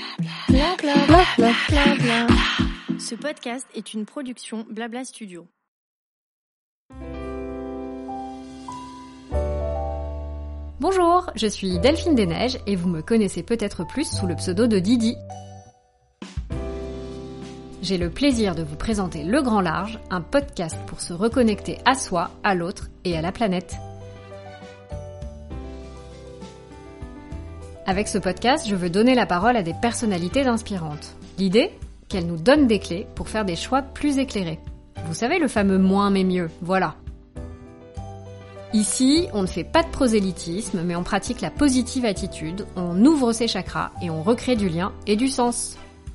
Bla bla bla bla bla bla. Ce podcast est une production Blabla Studio. Bonjour, je suis Delphine Desneiges et vous me connaissez peut-être plus sous le pseudo de Didi. J'ai le plaisir de vous présenter Le Grand Large, un podcast pour se reconnecter à soi, à l'autre et à la planète. Avec ce podcast, je veux donner la parole à des personnalités inspirantes. L'idée ? Qu'elles nous donnent des clés pour faire des choix plus éclairés. Vous savez, le fameux moins mais mieux, voilà. Ici, on ne fait pas de prosélytisme, mais on pratique la positive attitude, on ouvre ses chakras et on recrée du lien et du sens.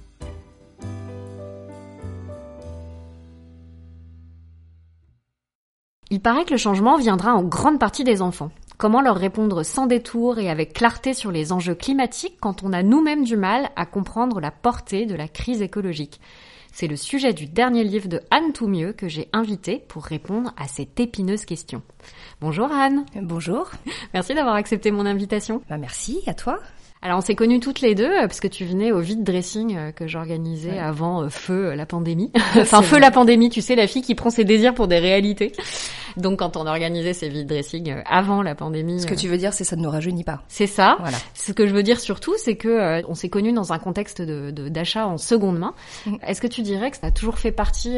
Il paraît que le changement viendra en grande partie des enfants. Comment leur répondre sans détour et avec clarté sur les enjeux climatiques quand on a nous-mêmes du mal à comprendre la portée de la crise écologique ? C'est le sujet du dernier livre de Anne Toumieux que j'ai invité pour répondre à cette épineuse question. Bonjour Anne. Bonjour. Merci d'avoir accepté mon invitation. Merci, à toi. Alors on s'est connus toutes les deux parce que tu venais au vide dressing que j'organisais avant Feu la pandémie. Enfin Feu la pandémie, tu sais, la fille qui prend ses désirs pour des réalités. Donc quand on organisait ces vide dressing avant la pandémie. Ce que tu veux dire, c'est ça ne nous rajeunit pas. C'est ça. Voilà. Ce que je veux dire surtout, c'est que on s'est connus dans un contexte d'achat en seconde main. Est-ce que tu dirais que ça a toujours fait partie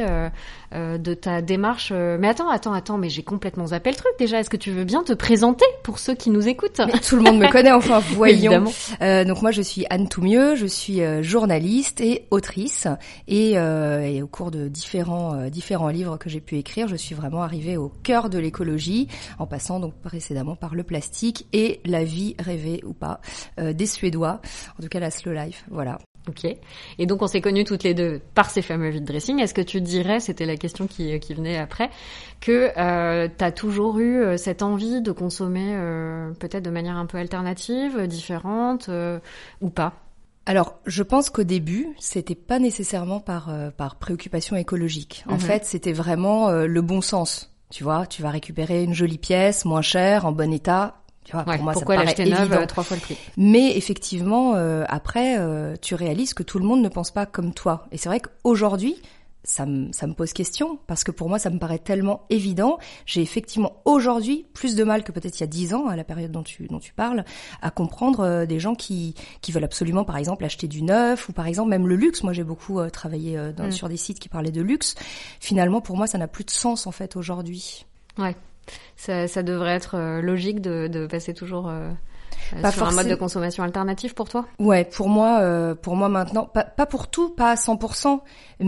de ta démarche Mais attends, mais j'ai complètement zappé le truc déjà. Est-ce que tu veux bien te présenter pour ceux qui nous écoutent ? Mais tout le monde me connaît, enfin, voyons. Évidemment. Donc moi, je suis Anne Toumieux, je suis journaliste et autrice. Et au cours de différents livres que j'ai pu écrire, je suis vraiment arrivée au cœur de l'écologie, en passant donc précédemment par le plastique et la vie rêvée ou pas des Suédois, en tout cas la slow life, voilà. Ok. Et donc on s'est connus toutes les deux par ces fameux vide dressing. Est-ce que tu dirais, c'était la question qui venait après, que t'as toujours eu cette envie de consommer peut-être de manière un peu alternative, différente ou pas ? Alors, je pense qu'au début, c'était pas nécessairement par préoccupation écologique. En fait, c'était vraiment le bon sens. Tu vois, tu vas récupérer une jolie pièce, moins chère, en bon état. Tu vois, pour moi, pourquoi ça me paraît l'acheter évident. neuve 3 fois le prix ? Mais effectivement, après, tu réalises que tout le monde ne pense pas comme toi. Et c'est vrai qu'aujourd'hui, ça me pose question, parce que pour moi, ça me paraît tellement évident. J'ai effectivement aujourd'hui plus de mal que peut-être il y a 10 ans, à la période dont tu parles, à comprendre des gens qui veulent absolument, par exemple, acheter du neuf, ou par exemple même le luxe. Moi, j'ai beaucoup travaillé sur des sites qui parlaient de luxe. Finalement, pour moi, ça n'a plus de sens, en fait, aujourd'hui. Ouais. Ça devrait être logique de passer toujours sur un mode de consommation alternatif pour toi ? Ouais, pour moi maintenant, pas pour tout, pas à 100%,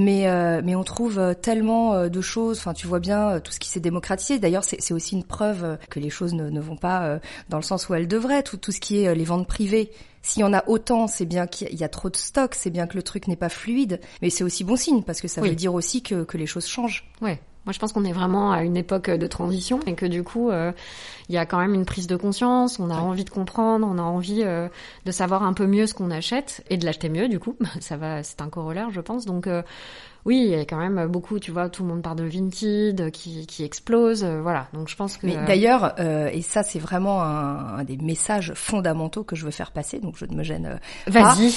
mais on trouve tellement de choses. Enfin, tu vois bien tout ce qui s'est démocratisé. D'ailleurs, c'est aussi une preuve que les choses ne vont pas dans le sens où elles devraient. Tout ce qui est les ventes privées. S'il y en a autant, c'est bien qu'il y a trop de stock, c'est bien que le truc n'est pas fluide. Mais c'est aussi bon signe, parce que ça veut dire aussi que les choses changent. Ouais. Moi, je pense qu'on est vraiment à une époque de transition et que du coup, il y a quand même une prise de conscience, on a envie de comprendre, on a envie de savoir un peu mieux ce qu'on achète et de l'acheter mieux, du coup. C'est un corollaire, je pense. Donc, oui, il y a quand même beaucoup, tu vois, tout le monde parle de Vinted qui explose, voilà. Donc, je pense que... Mais d'ailleurs, et ça, c'est vraiment un des messages fondamentaux que je veux faire passer, donc je ne me gêne pas. Vas-y.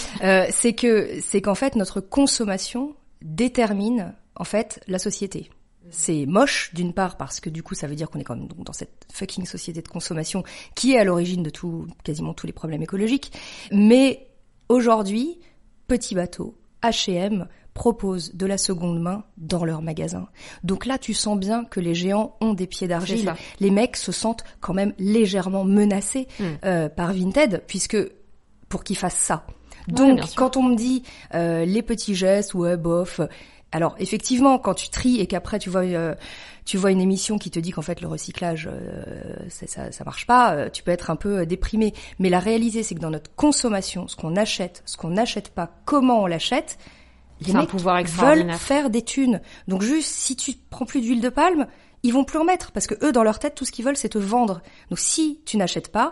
C'est qu'en fait, notre consommation détermine, en fait, la société. C'est moche, d'une part, parce que du coup, ça veut dire qu'on est quand même dans cette fucking société de consommation qui est à l'origine de quasiment tous les problèmes écologiques. Mais aujourd'hui, Petit Bateau, H&M proposent de la seconde main dans leurs magasins. Donc là, tu sens bien que les géants ont des pieds d'argile. Les mecs se sentent quand même légèrement menacés par Vinted, puisque pour qu'ils fassent ça. Donc, quand on me dit les petits gestes, ouais, bof... Alors effectivement, quand tu tries et qu'après tu vois une émission qui te dit qu'en fait le recyclage ça marche pas, tu peux être un peu déprimé. Mais la réalité, c'est que dans notre consommation, ce qu'on n'achète pas, comment on l'achète, les mecs veulent faire des thunes. Donc juste si tu prends plus d'huile de palme, ils vont plus en mettre parce que eux dans leur tête tout ce qu'ils veulent c'est te vendre. Donc si tu n'achètes pas,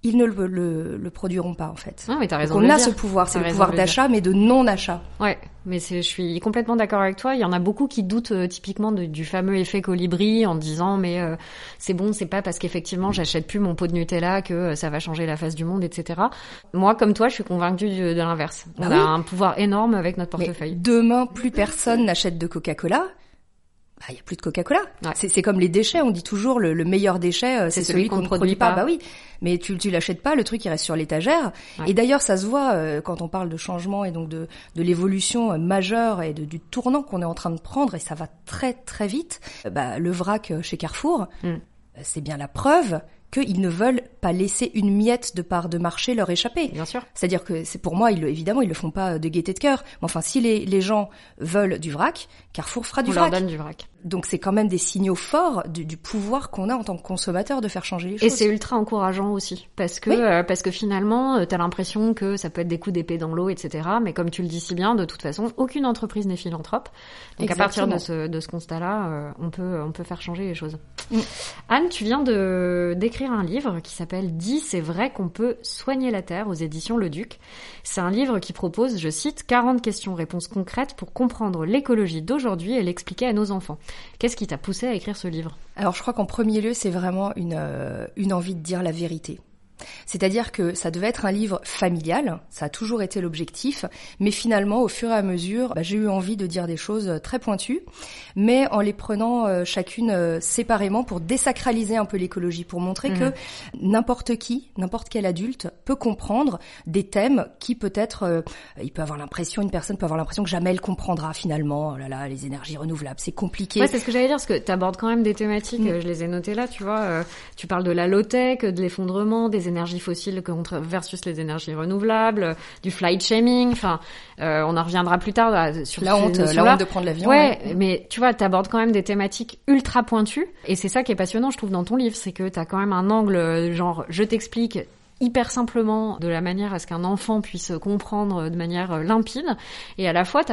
ils ne le produiront pas en fait. Non, mais t'as raison. Donc on a ce pouvoir, c'est le pouvoir d'achat, mais de non-achat. Ouais, mais je suis complètement d'accord avec toi. Il y en a beaucoup qui doutent typiquement du fameux effet colibri en disant mais c'est bon, c'est pas parce qu'effectivement j'achète plus mon pot de Nutella que ça va changer la face du monde, etc. Moi, comme toi, je suis convaincue de l'inverse. On a un pouvoir énorme avec notre portefeuille. Mais demain, plus personne n'achète de Coca-Cola. Bah, y a plus de Coca-Cola. Ouais. C'est comme les déchets. On dit toujours le meilleur déchet, c'est celui qu'on ne produit pas. Bah oui. Mais tu l'achètes pas, le truc il reste sur l'étagère. Ouais. Et d'ailleurs, ça se voit quand on parle de changement et donc de l'évolution majeure et du tournant qu'on est en train de prendre, et ça va très très vite. Bah, le vrac chez Carrefour, c'est bien la preuve qu'ils ne veulent pas laisser une miette de part de marché leur échapper. Bien sûr. C'est-à-dire que c'est pour moi, évidemment, ils le font pas de gaieté de cœur. Mais enfin, si les gens veulent du vrac, Carrefour fera du vrac. On leur donne du vrac. Donc c'est quand même des signaux forts du pouvoir qu'on a en tant que consommateur de faire changer les choses. Et c'est ultra encourageant aussi, parce que finalement, t'as l'impression que ça peut être des coups d'épée dans l'eau, etc. Mais comme tu le dis si bien, de toute façon, aucune entreprise n'est philanthrope. Donc exactement. À partir de ce constat-là, on peut faire changer les choses. Anne, tu viens d'écrire un livre qui s'appelle « Dis, c'est vrai qu'on peut soigner la Terre » aux éditions Le Duc. C'est un livre qui propose, je cite, 40 questions-réponses concrètes pour comprendre l'écologie d'aujourd'hui et l'expliquer à nos enfants. Qu'est-ce qui t'a poussé à écrire ce livre ? Alors je crois qu'en premier lieu, c'est vraiment une envie de dire la vérité. C'est-à-dire que ça devait être un livre familial, ça a toujours été l'objectif, mais finalement, au fur et à mesure, j'ai eu envie de dire des choses très pointues, mais en les prenant chacune séparément pour désacraliser un peu l'écologie, pour montrer que n'importe quel adulte peut comprendre des thèmes qui peut-être, une personne peut avoir l'impression que jamais elle comprendra finalement. Oh là là, les énergies renouvelables, c'est compliqué. Ouais, c'est ce que j'allais dire, parce que t'abordes quand même des thématiques, je les ai notées là, tu vois, tu parles de la low-tech, de l'effondrement, des énergies fossiles versus les énergies renouvelables, du flight shaming, enfin, on en reviendra plus tard sur la honte de prendre l'avion. Ouais, mais tu vois, t'abordes quand même des thématiques ultra pointues, et c'est ça qui est passionnant, je trouve, dans ton livre, c'est que t'as quand même un angle, genre, je t'explique hyper simplement, de la manière à ce qu'un enfant puisse comprendre de manière limpide, et à la fois tu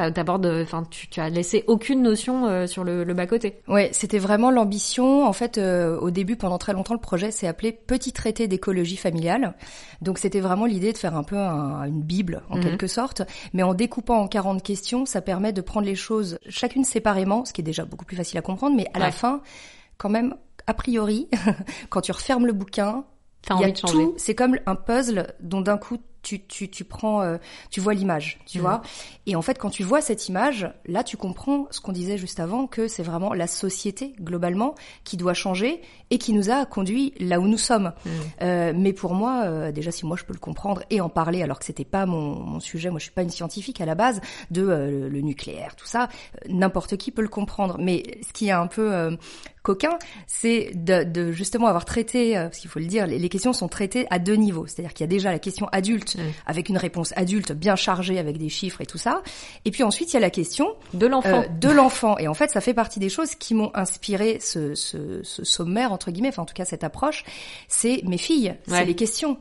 as laissé aucune notion sur le bas-côté. Ouais, c'était vraiment l'ambition. En fait, au début, pendant très longtemps, le projet s'est appelé Petit traité d'écologie familiale. Donc c'était vraiment l'idée de faire un peu une bible, en quelque sorte, mais en découpant en 40 questions, ça permet de prendre les choses chacune séparément, ce qui est déjà beaucoup plus facile à comprendre, mais à la fin, quand même, a priori, quand tu refermes le bouquin, t'as envie de changer. Tout, c'est comme un puzzle dont d'un coup tu prends, tu vois l'image, tu vois. Et en fait, quand tu vois cette image, là, tu comprends ce qu'on disait juste avant, que c'est vraiment la société globalement qui doit changer et qui nous a conduit là où nous sommes. Mais pour moi, déjà, si moi je peux le comprendre et en parler, alors que c'était pas mon sujet, moi je suis pas une scientifique à la base de le nucléaire, tout ça, n'importe qui peut le comprendre. Mais ce qui est un peu coquin, c'est de justement avoir traité, parce qu'il faut le dire, les questions sont traitées à deux niveaux. C'est-à-dire qu'il y a déjà la question adulte, avec une réponse adulte bien chargée avec des chiffres et tout ça. Et puis ensuite, il y a la question de l'enfant. Et en fait, ça fait partie des choses qui m'ont inspiré ce sommaire, entre guillemets, enfin en tout cas cette approche. C'est mes filles, c'est les questions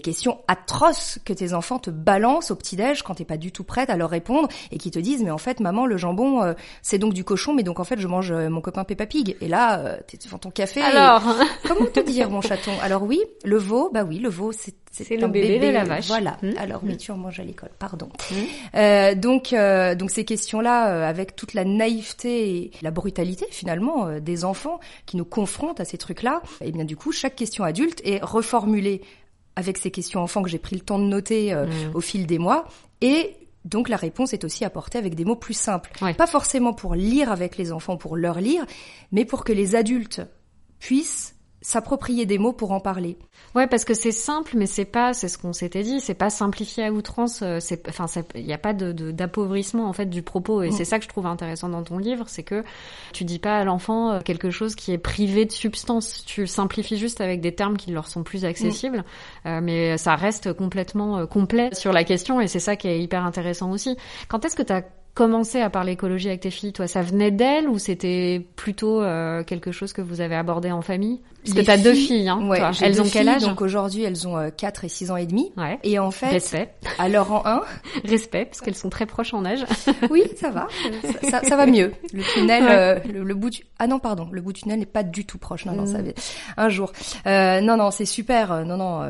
atroces que tes enfants te balancent au petit-déj quand t'es pas du tout prête à leur répondre et qui te disent mais en fait maman le jambon c'est donc du cochon mais donc en fait je mange mon copain Peppa Pig et là t'es devant ton café. Alors comment te dire mon chaton? Alors oui le veau le veau c'est le bébé de la vache. Voilà. Alors oui tu en manges à l'école pardon. Donc ces questions-là avec toute la naïveté et la brutalité finalement des enfants qui nous confrontent à ces trucs-là et bien du coup chaque question adulte est reformulée avec ces questions enfants que j'ai pris le temps de noter au fil des mois. Et donc la réponse est aussi apportée avec des mots plus simples. Ouais. Pas forcément pour lire avec les enfants, pour leur lire, mais pour que les adultes puissent s'approprier des mots pour en parler. Ouais, parce que c'est simple, mais c'est ce qu'on s'était dit, c'est pas simplifié à outrance, il y a pas d'appauvrissement, en fait, du propos, et c'est ça que je trouve intéressant dans ton livre, c'est que tu dis pas à l'enfant quelque chose qui est privé de substance, tu simplifies juste avec des termes qui leur sont plus accessibles, mais ça reste complètement complet sur la question, et c'est ça qui est hyper intéressant aussi. Quand est-ce que t'as commencé à parler écologie avec tes filles, toi, ça venait d'elles ou c'était plutôt quelque chose que vous avez abordé en famille? Parce que t'as 2 filles, hein. Ouais, toi. Elles ont quel âge? Donc aujourd'hui, elles ont 4 et 6 ans et demi. Ouais. Et en fait, respect. À leur rang 1, respect, parce qu'elles sont très proches en âge. Oui, ça va. Ça va mieux. Le tunnel, le bout du... Ah non, pardon, le bout du tunnel n'est pas du tout proche. Non, ça va... Un jour. Non, c'est super.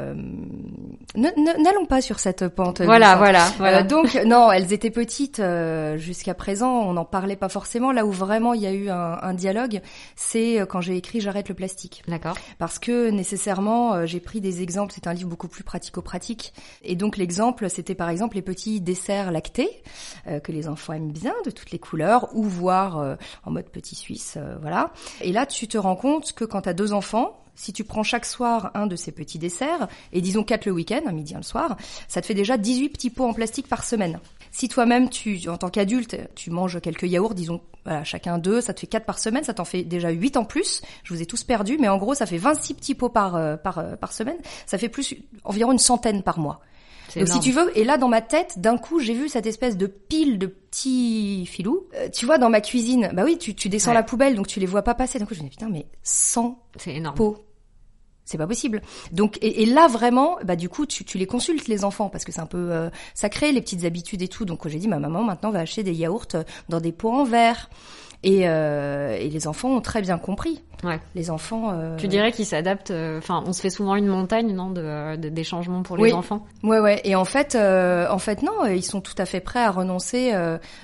N'allons pas sur cette pente. Voilà. Donc, non, elles étaient petites jusqu'à présent. On n'en parlait pas forcément. Là où vraiment il y a eu un dialogue, c'est quand j'ai écrit J'arrête le plastique. D'accord. Parce que nécessairement, j'ai pris des exemples. C'est un livre beaucoup plus pratico-pratique. Et donc l'exemple, c'était par exemple les petits desserts lactés que les enfants aiment bien, de toutes les couleurs, ou voir en mode petit suisse, voilà. Et là, tu te rends compte que quand tu as 2 enfants, si tu prends chaque soir un de ces petits desserts, et disons 4 le week-end, un midi, un le soir, ça te fait déjà 18 petits pots en plastique par semaine. Si toi-même, en tant qu'adulte, tu manges quelques yaourts, disons, voilà, chacun 2, ça te fait 4 par semaine, ça t'en fait déjà 8 en plus. Je vous ai tous perdus, mais en gros, ça fait 26 petits pots par semaine. Ça fait environ une centaine par mois. Donc énorme. Si tu veux, et là dans ma tête, d'un coup, j'ai vu cette espèce de pile de petits filous. Tu vois, dans ma cuisine, bah oui, tu descends la poubelle, donc tu les vois pas passer. D'un coup, je me dis putain, mais 100 pots. C'est pas possible. Donc et là vraiment, bah du coup tu les consultes les enfants parce que c'est un peu sacré les petites habitudes et tout. Donc j'ai dit ma maman maintenant va acheter des yaourts dans des pots en verre. Et les enfants ont très bien compris. Ouais. Les enfants. Tu dirais qu'ils s'adaptent. Enfin, on se fait souvent une montagne, non, des changements pour les enfants. Ouais. Et en fait, non, ils sont tout à fait prêts à renoncer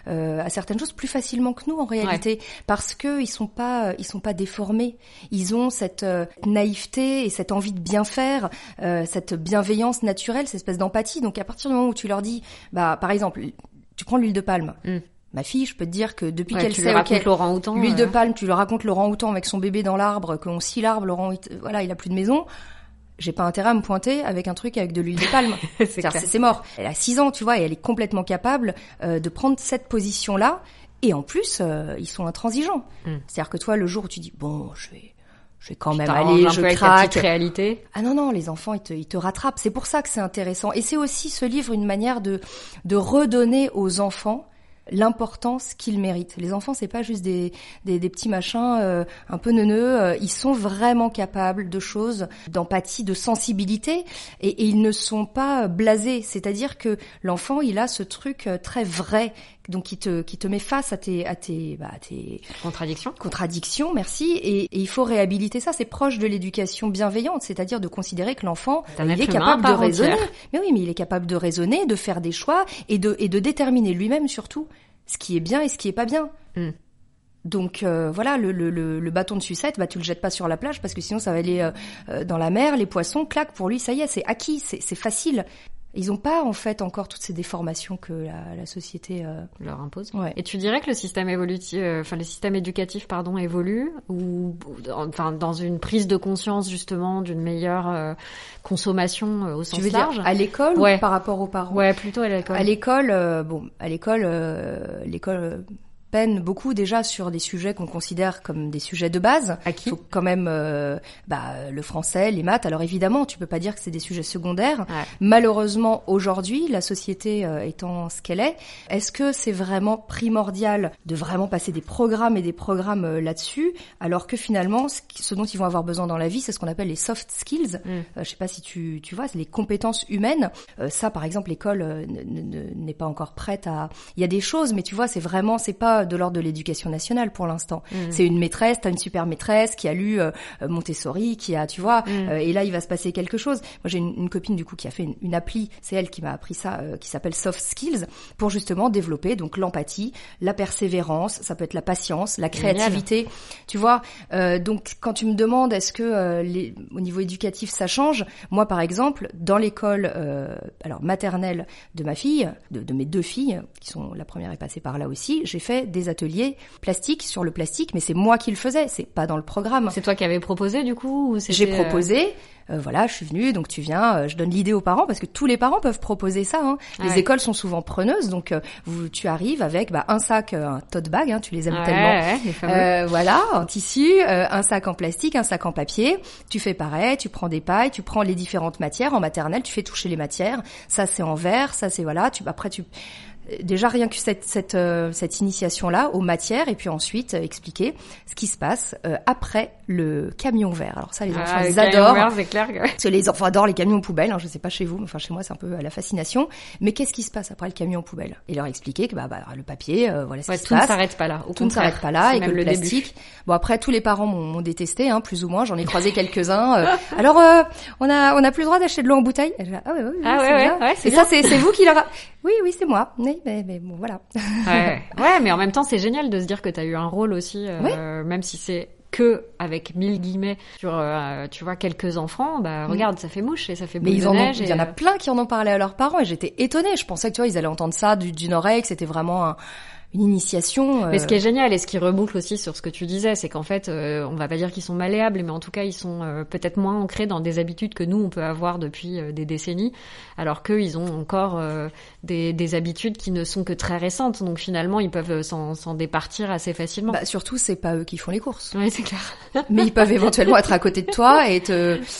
à certaines choses plus facilement que nous en réalité, parce que ils sont pas déformés. Ils ont cette naïveté et cette envie de bien faire, cette bienveillance naturelle, cette espèce d'empathie. Donc à partir du moment où tu leur dis, bah par exemple, tu prends l'huile de palme. Ma fille, je peux te dire que depuis qu'elle sait l'huile de palme, tu lui racontes l'orang-outan avec son bébé dans l'arbre, qu'on scie l'arbre, voilà, il a plus de maison. J'ai pas intérêt à me pointer avec un truc avec de l'huile de palme. c'est mort. Elle a 6 ans, tu vois, et elle est complètement capable de prendre cette position-là. Et en plus, ils sont intransigeants. C'est-à-dire que toi, le jour où tu dis, bon, je vais quand même aller, je craque. Réalité. Ah non, les enfants, ils te rattrapent. C'est pour ça que c'est intéressant. Et c'est aussi ce livre une manière de redonner aux enfants l'importance qu'ils méritent. Les enfants, c'est pas juste des petits machins un peu neuneux. Ils sont vraiment capables de choses, d'empathie, de sensibilité, et ils ne sont pas blasés. C'est-à-dire que l'enfant, il a ce truc très vrai, donc qui te met face à tes contradictions, merci. Et il faut réhabiliter ça. C'est proche de l'éducation bienveillante, c'est-à-dire de considérer que l'enfant, il est capable de raisonner. Mais oui, mais il est capable de raisonner, de faire des choix et de déterminer lui-même surtout ce qui est bien et ce qui est pas bien. Donc voilà, le bâton de sucette, bah tu le jettes pas sur la plage parce que sinon ça va aller dans la mer. Les poissons, clac, pour lui ça y est, c'est acquis, c'est facile. Ils ont pas en fait encore toutes ces déformations que la société leur impose. Ouais. Et tu dirais que le système éducatif évolue ou enfin dans une prise de conscience justement d'une meilleure consommation au sens large. Tu veux dire à l'école ou par rapport aux parents? Ouais, plutôt à l'école. À l'école, l'école peine beaucoup déjà sur des sujets qu'on considère comme des sujets de base. Acquis. Il faut quand même le français, les maths. Alors évidemment, tu peux pas dire que c'est des sujets secondaires. Ouais. Malheureusement, aujourd'hui, la société étant ce qu'elle est, est-ce que c'est vraiment primordial de vraiment passer des programmes et des programmes là-dessus, alors que finalement, ce dont ils vont avoir besoin dans la vie, c'est ce qu'on appelle les soft skills. Je sais pas si tu vois, c'est les compétences humaines. Ça, par exemple, l'école n'est pas encore prête à... Il y a des choses, mais tu vois, c'est pas de l'ordre de l'éducation nationale pour l'instant. C'est une maîtresse, t'as une super maîtresse qui a lu Montessori, qui a, tu vois, et là il va se passer quelque chose. Moi j'ai une copine du coup qui a fait une appli, c'est elle qui m'a appris ça, qui s'appelle Soft Skills, pour justement développer donc l'empathie, la persévérance, ça peut être la patience, la créativité. Génial. Tu vois, donc quand tu me demandes est-ce que au niveau éducatif ça change, moi par exemple dans l'école maternelle de ma fille, de mes 2 filles, qui sont, la première est passée par là aussi, j'ai fait des ateliers plastiques sur le plastique, mais c'est moi qui le faisais, c'est pas dans le programme. C'est toi qui avais proposé du coup ou J'ai proposé, voilà, je suis venue, donc tu viens, je donne l'idée aux parents, parce que tous les parents peuvent proposer ça. Hein. Les écoles sont souvent preneuses, donc tu arrives avec un sac, un tote bag, tu les aimes tellement. Voilà, en tissu, un sac en plastique, un sac en papier. Tu fais pareil, tu prends des pailles, tu prends les différentes matières. En maternelle, tu fais toucher les matières. Ça c'est en verre, ça c'est voilà. déjà rien que cette initiation-là aux matières, et puis ensuite expliquer ce qui se passe après le camion vert. Alors ça, les enfants ils adorent. Vert, c'est clair que... Parce que les enfants adorent les camions poubelles. Je sais pas chez vous, mais enfin chez moi c'est un peu la fascination. Mais qu'est-ce qui se passe après le camion poubelle? Et leur expliquer que le papier, voilà ce qui se passe. Tout ne s'arrête pas là. Tout ne s'arrête pas là, et que le plastique. Bon après tous les parents m'ont détesté, plus ou moins. J'en ai croisé quelques-uns. Alors on a plus le droit d'acheter de l'eau en bouteille. Ouais, c'est ça, c'est vous qui leur a... Oui, c'est moi. Mais bon, voilà. Ouais, mais en même temps, c'est génial de se dire que t'as eu un rôle aussi, même si c'est que avec 1000 guillemets sur, tu vois, quelques enfants. Regarde, ça fait mouche et ça fait boule de neige. Il y en a plein qui en ont parlé à leurs parents, et j'étais étonnée. Je pensais que, tu vois, ils allaient entendre ça d'une oreille, que c'était vraiment une initiation. Mais ce qui est génial et ce qui reboucle aussi sur ce que tu disais, c'est qu'en fait, on va pas dire qu'ils sont malléables, mais en tout cas, ils sont peut-être moins ancrés dans des habitudes que nous, on peut avoir depuis des décennies, alors qu'eux, ils ont encore des habitudes qui ne sont que très récentes. Donc finalement, ils peuvent s'en départir assez facilement. Surtout, c'est pas eux qui font les courses. Oui, c'est clair. Mais ils peuvent éventuellement être à côté de toi et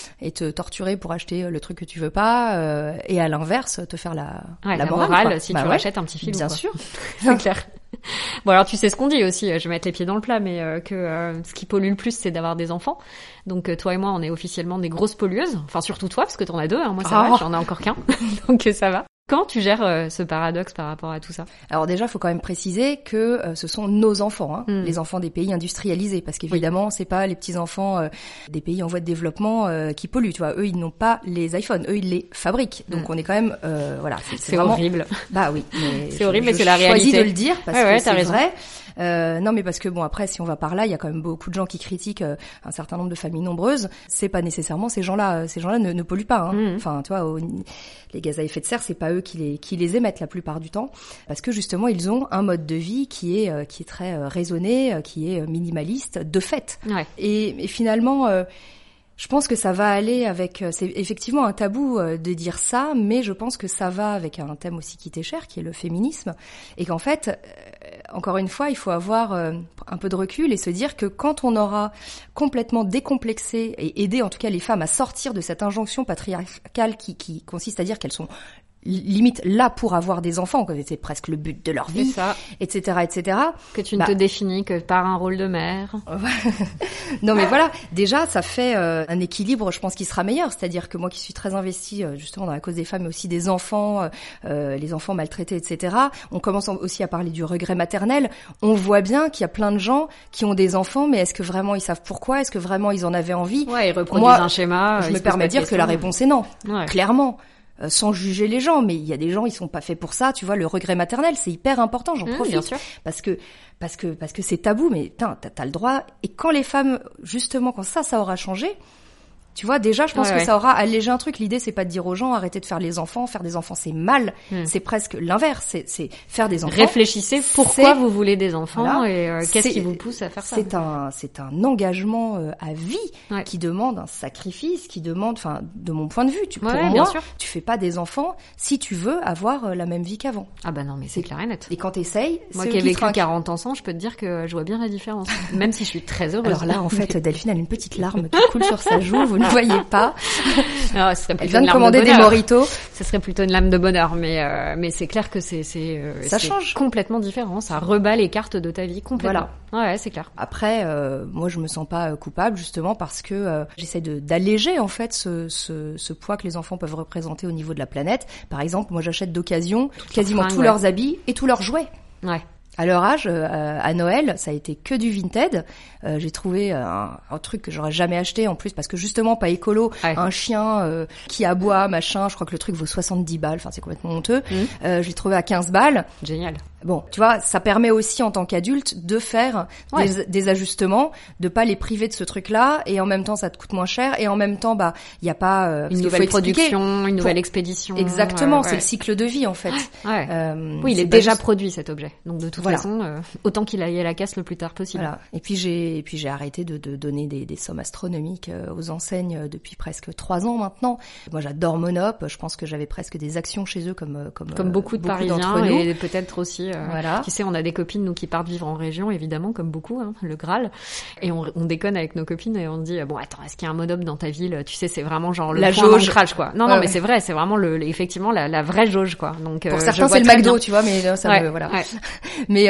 te torturer pour acheter le truc que tu veux pas, et à l'inverse, te faire la morale si tu rachètes un petit filou. Bien sûr. C'est clair. Bon, alors tu sais ce qu'on dit aussi, je vais mettre les pieds dans le plat, mais que ce qui pollue le plus, c'est d'avoir des enfants. Donc toi et moi, on est officiellement des grosses pollueuses. Enfin, surtout toi, parce que t'en as 2, moi ça va, j'en ai encore qu'un. Donc ça va. Comment tu gères ce paradoxe par rapport à tout ça? Alors déjà, il faut quand même préciser que ce sont nos enfants, les enfants des pays industrialisés, parce qu'évidemment, c'est pas les petits-enfants des pays en voie de développement qui polluent, tu vois. Eux, ils n'ont pas les iPhones, eux, ils les fabriquent. Donc on est quand même, voilà. C'est vraiment horrible. Bah oui. C'est horrible, mais c'est la réalité. J'ai choisi de le dire parce que c'est raison. vrai. Non, mais parce que bon, après, si on va par là, il y a quand même beaucoup de gens qui critiquent un certain nombre de familles nombreuses. C'est pas nécessairement ces gens-là. Ces gens-là ne polluent pas. Enfin, tu vois, les gaz à effet de serre, c'est pas eux qui les émettent la plupart du temps, parce que justement, ils ont un mode de vie qui est très raisonné, qui est minimaliste de fait. Ouais. Et finalement. Je pense que ça va aller avec... C'est effectivement un tabou de dire ça, mais je pense que ça va avec un thème aussi qui t'est cher, qui est le féminisme. Et qu'en fait, encore une fois, il faut avoir un peu de recul et se dire que quand on aura complètement décomplexé et aidé en tout cas les femmes à sortir de cette injonction patriarcale qui consiste à dire qu'elles sont limite là pour avoir des enfants, que c'est presque le but de leur vie, etc., etc. Que tu ne te définis que par un rôle de mère. Non mais voilà, déjà ça fait un équilibre, je pense, qui sera meilleur. C'est-à-dire que moi qui suis très investie justement dans la cause des femmes, mais aussi des enfants, les enfants maltraités, etc. On commence aussi à parler du regret maternel. On voit bien qu'il y a plein de gens qui ont des enfants, mais est-ce que vraiment ils savent pourquoi? Est-ce que vraiment ils en avaient envie? Ouais, ils reproduisent un schéma. Je me permets de dire que la réponse est non, clairement. Sans juger les gens, mais il y a des gens, ils sont pas faits pour ça, tu vois. Le regret maternel, c'est hyper important, j'en profite, bien sûr. parce que c'est tabou, mais t'as le droit. Et quand les femmes, justement, quand ça aura changé, tu vois, déjà, je pense que ça aura allégé un truc. L'idée, c'est pas de dire aux gens, arrêtez de faire des enfants, c'est mal. C'est presque l'inverse, c'est faire des enfants. Réfléchissez pourquoi vous voulez des enfants, et qu'est-ce qui vous pousse à faire ça. C'est un engagement à vie qui demande un sacrifice, qui demande, enfin, de mon point de vue, pour moi, tu fais pas des enfants si tu veux avoir la même vie qu'avant. Ah bah non, mais c'est clair et net. Et quand t'essayes, moi qui ai vécu 40 ans sans, je peux te dire que je vois bien la différence, même si je suis très heureuse. Alors là, en fait, Delphine a une petite larme qui coule sur sa joue, vous ne voyez pas. Non, ce serait elle vient de commander des mojitos. Ce serait plutôt une lame de bonheur, mais c'est clair que ça change complètement différent. Ça rebat les cartes de ta vie complètement. Voilà. Ouais, c'est clair. Après, moi, je me sens pas coupable justement parce que j'essaie d'alléger en fait ce poids que les enfants peuvent représenter au niveau de la planète. Par exemple, moi, j'achète d'occasion quasiment tous leurs habits et tous leurs jouets. Ouais. À leur âge, à Noël, ça a été que du Vinted. J'ai trouvé un truc que j'aurais jamais acheté en plus parce que justement pas écolo, un chien qui aboie, machin, je crois que le truc vaut 70 balles, enfin c'est complètement honteux. J'ai trouvé à 15 balles. Génial. Bon, tu vois, ça permet aussi en tant qu'adulte de faire des ajustements, de pas les priver de ce truc-là, et en même temps ça te coûte moins cher, et en même temps il y a pas une nouvelle production, une nouvelle expédition. Exactement, c'est le cycle de vie en fait. Oui, il est déjà produit cet objet, donc de toute façon, autant qu'il aille à la casse le plus tard possible. Voilà. Et puis j'ai arrêté de donner des sommes astronomiques aux enseignes depuis presque 3 ans maintenant. Moi j'adore Monop, je pense que j'avais presque des actions chez eux comme beaucoup de Parisiens, et peut-être aussi dit, voilà. Tu sais, on a des copines, nous, qui partent vivre en région, évidemment, comme beaucoup, hein, le Graal. Et on déconne avec nos copines et on dit, bon, attends, est-ce qu'il y a un Monop dans ta ville? Tu sais, c'est vraiment genre le la point jauge. d'ancrage, quoi. Non, mais c'est vrai, c'est vraiment effectivement, la vraie jauge, quoi. Donc, pour certains, c'est le McDo, tu vois, mais ça voilà. Ouais. Mais,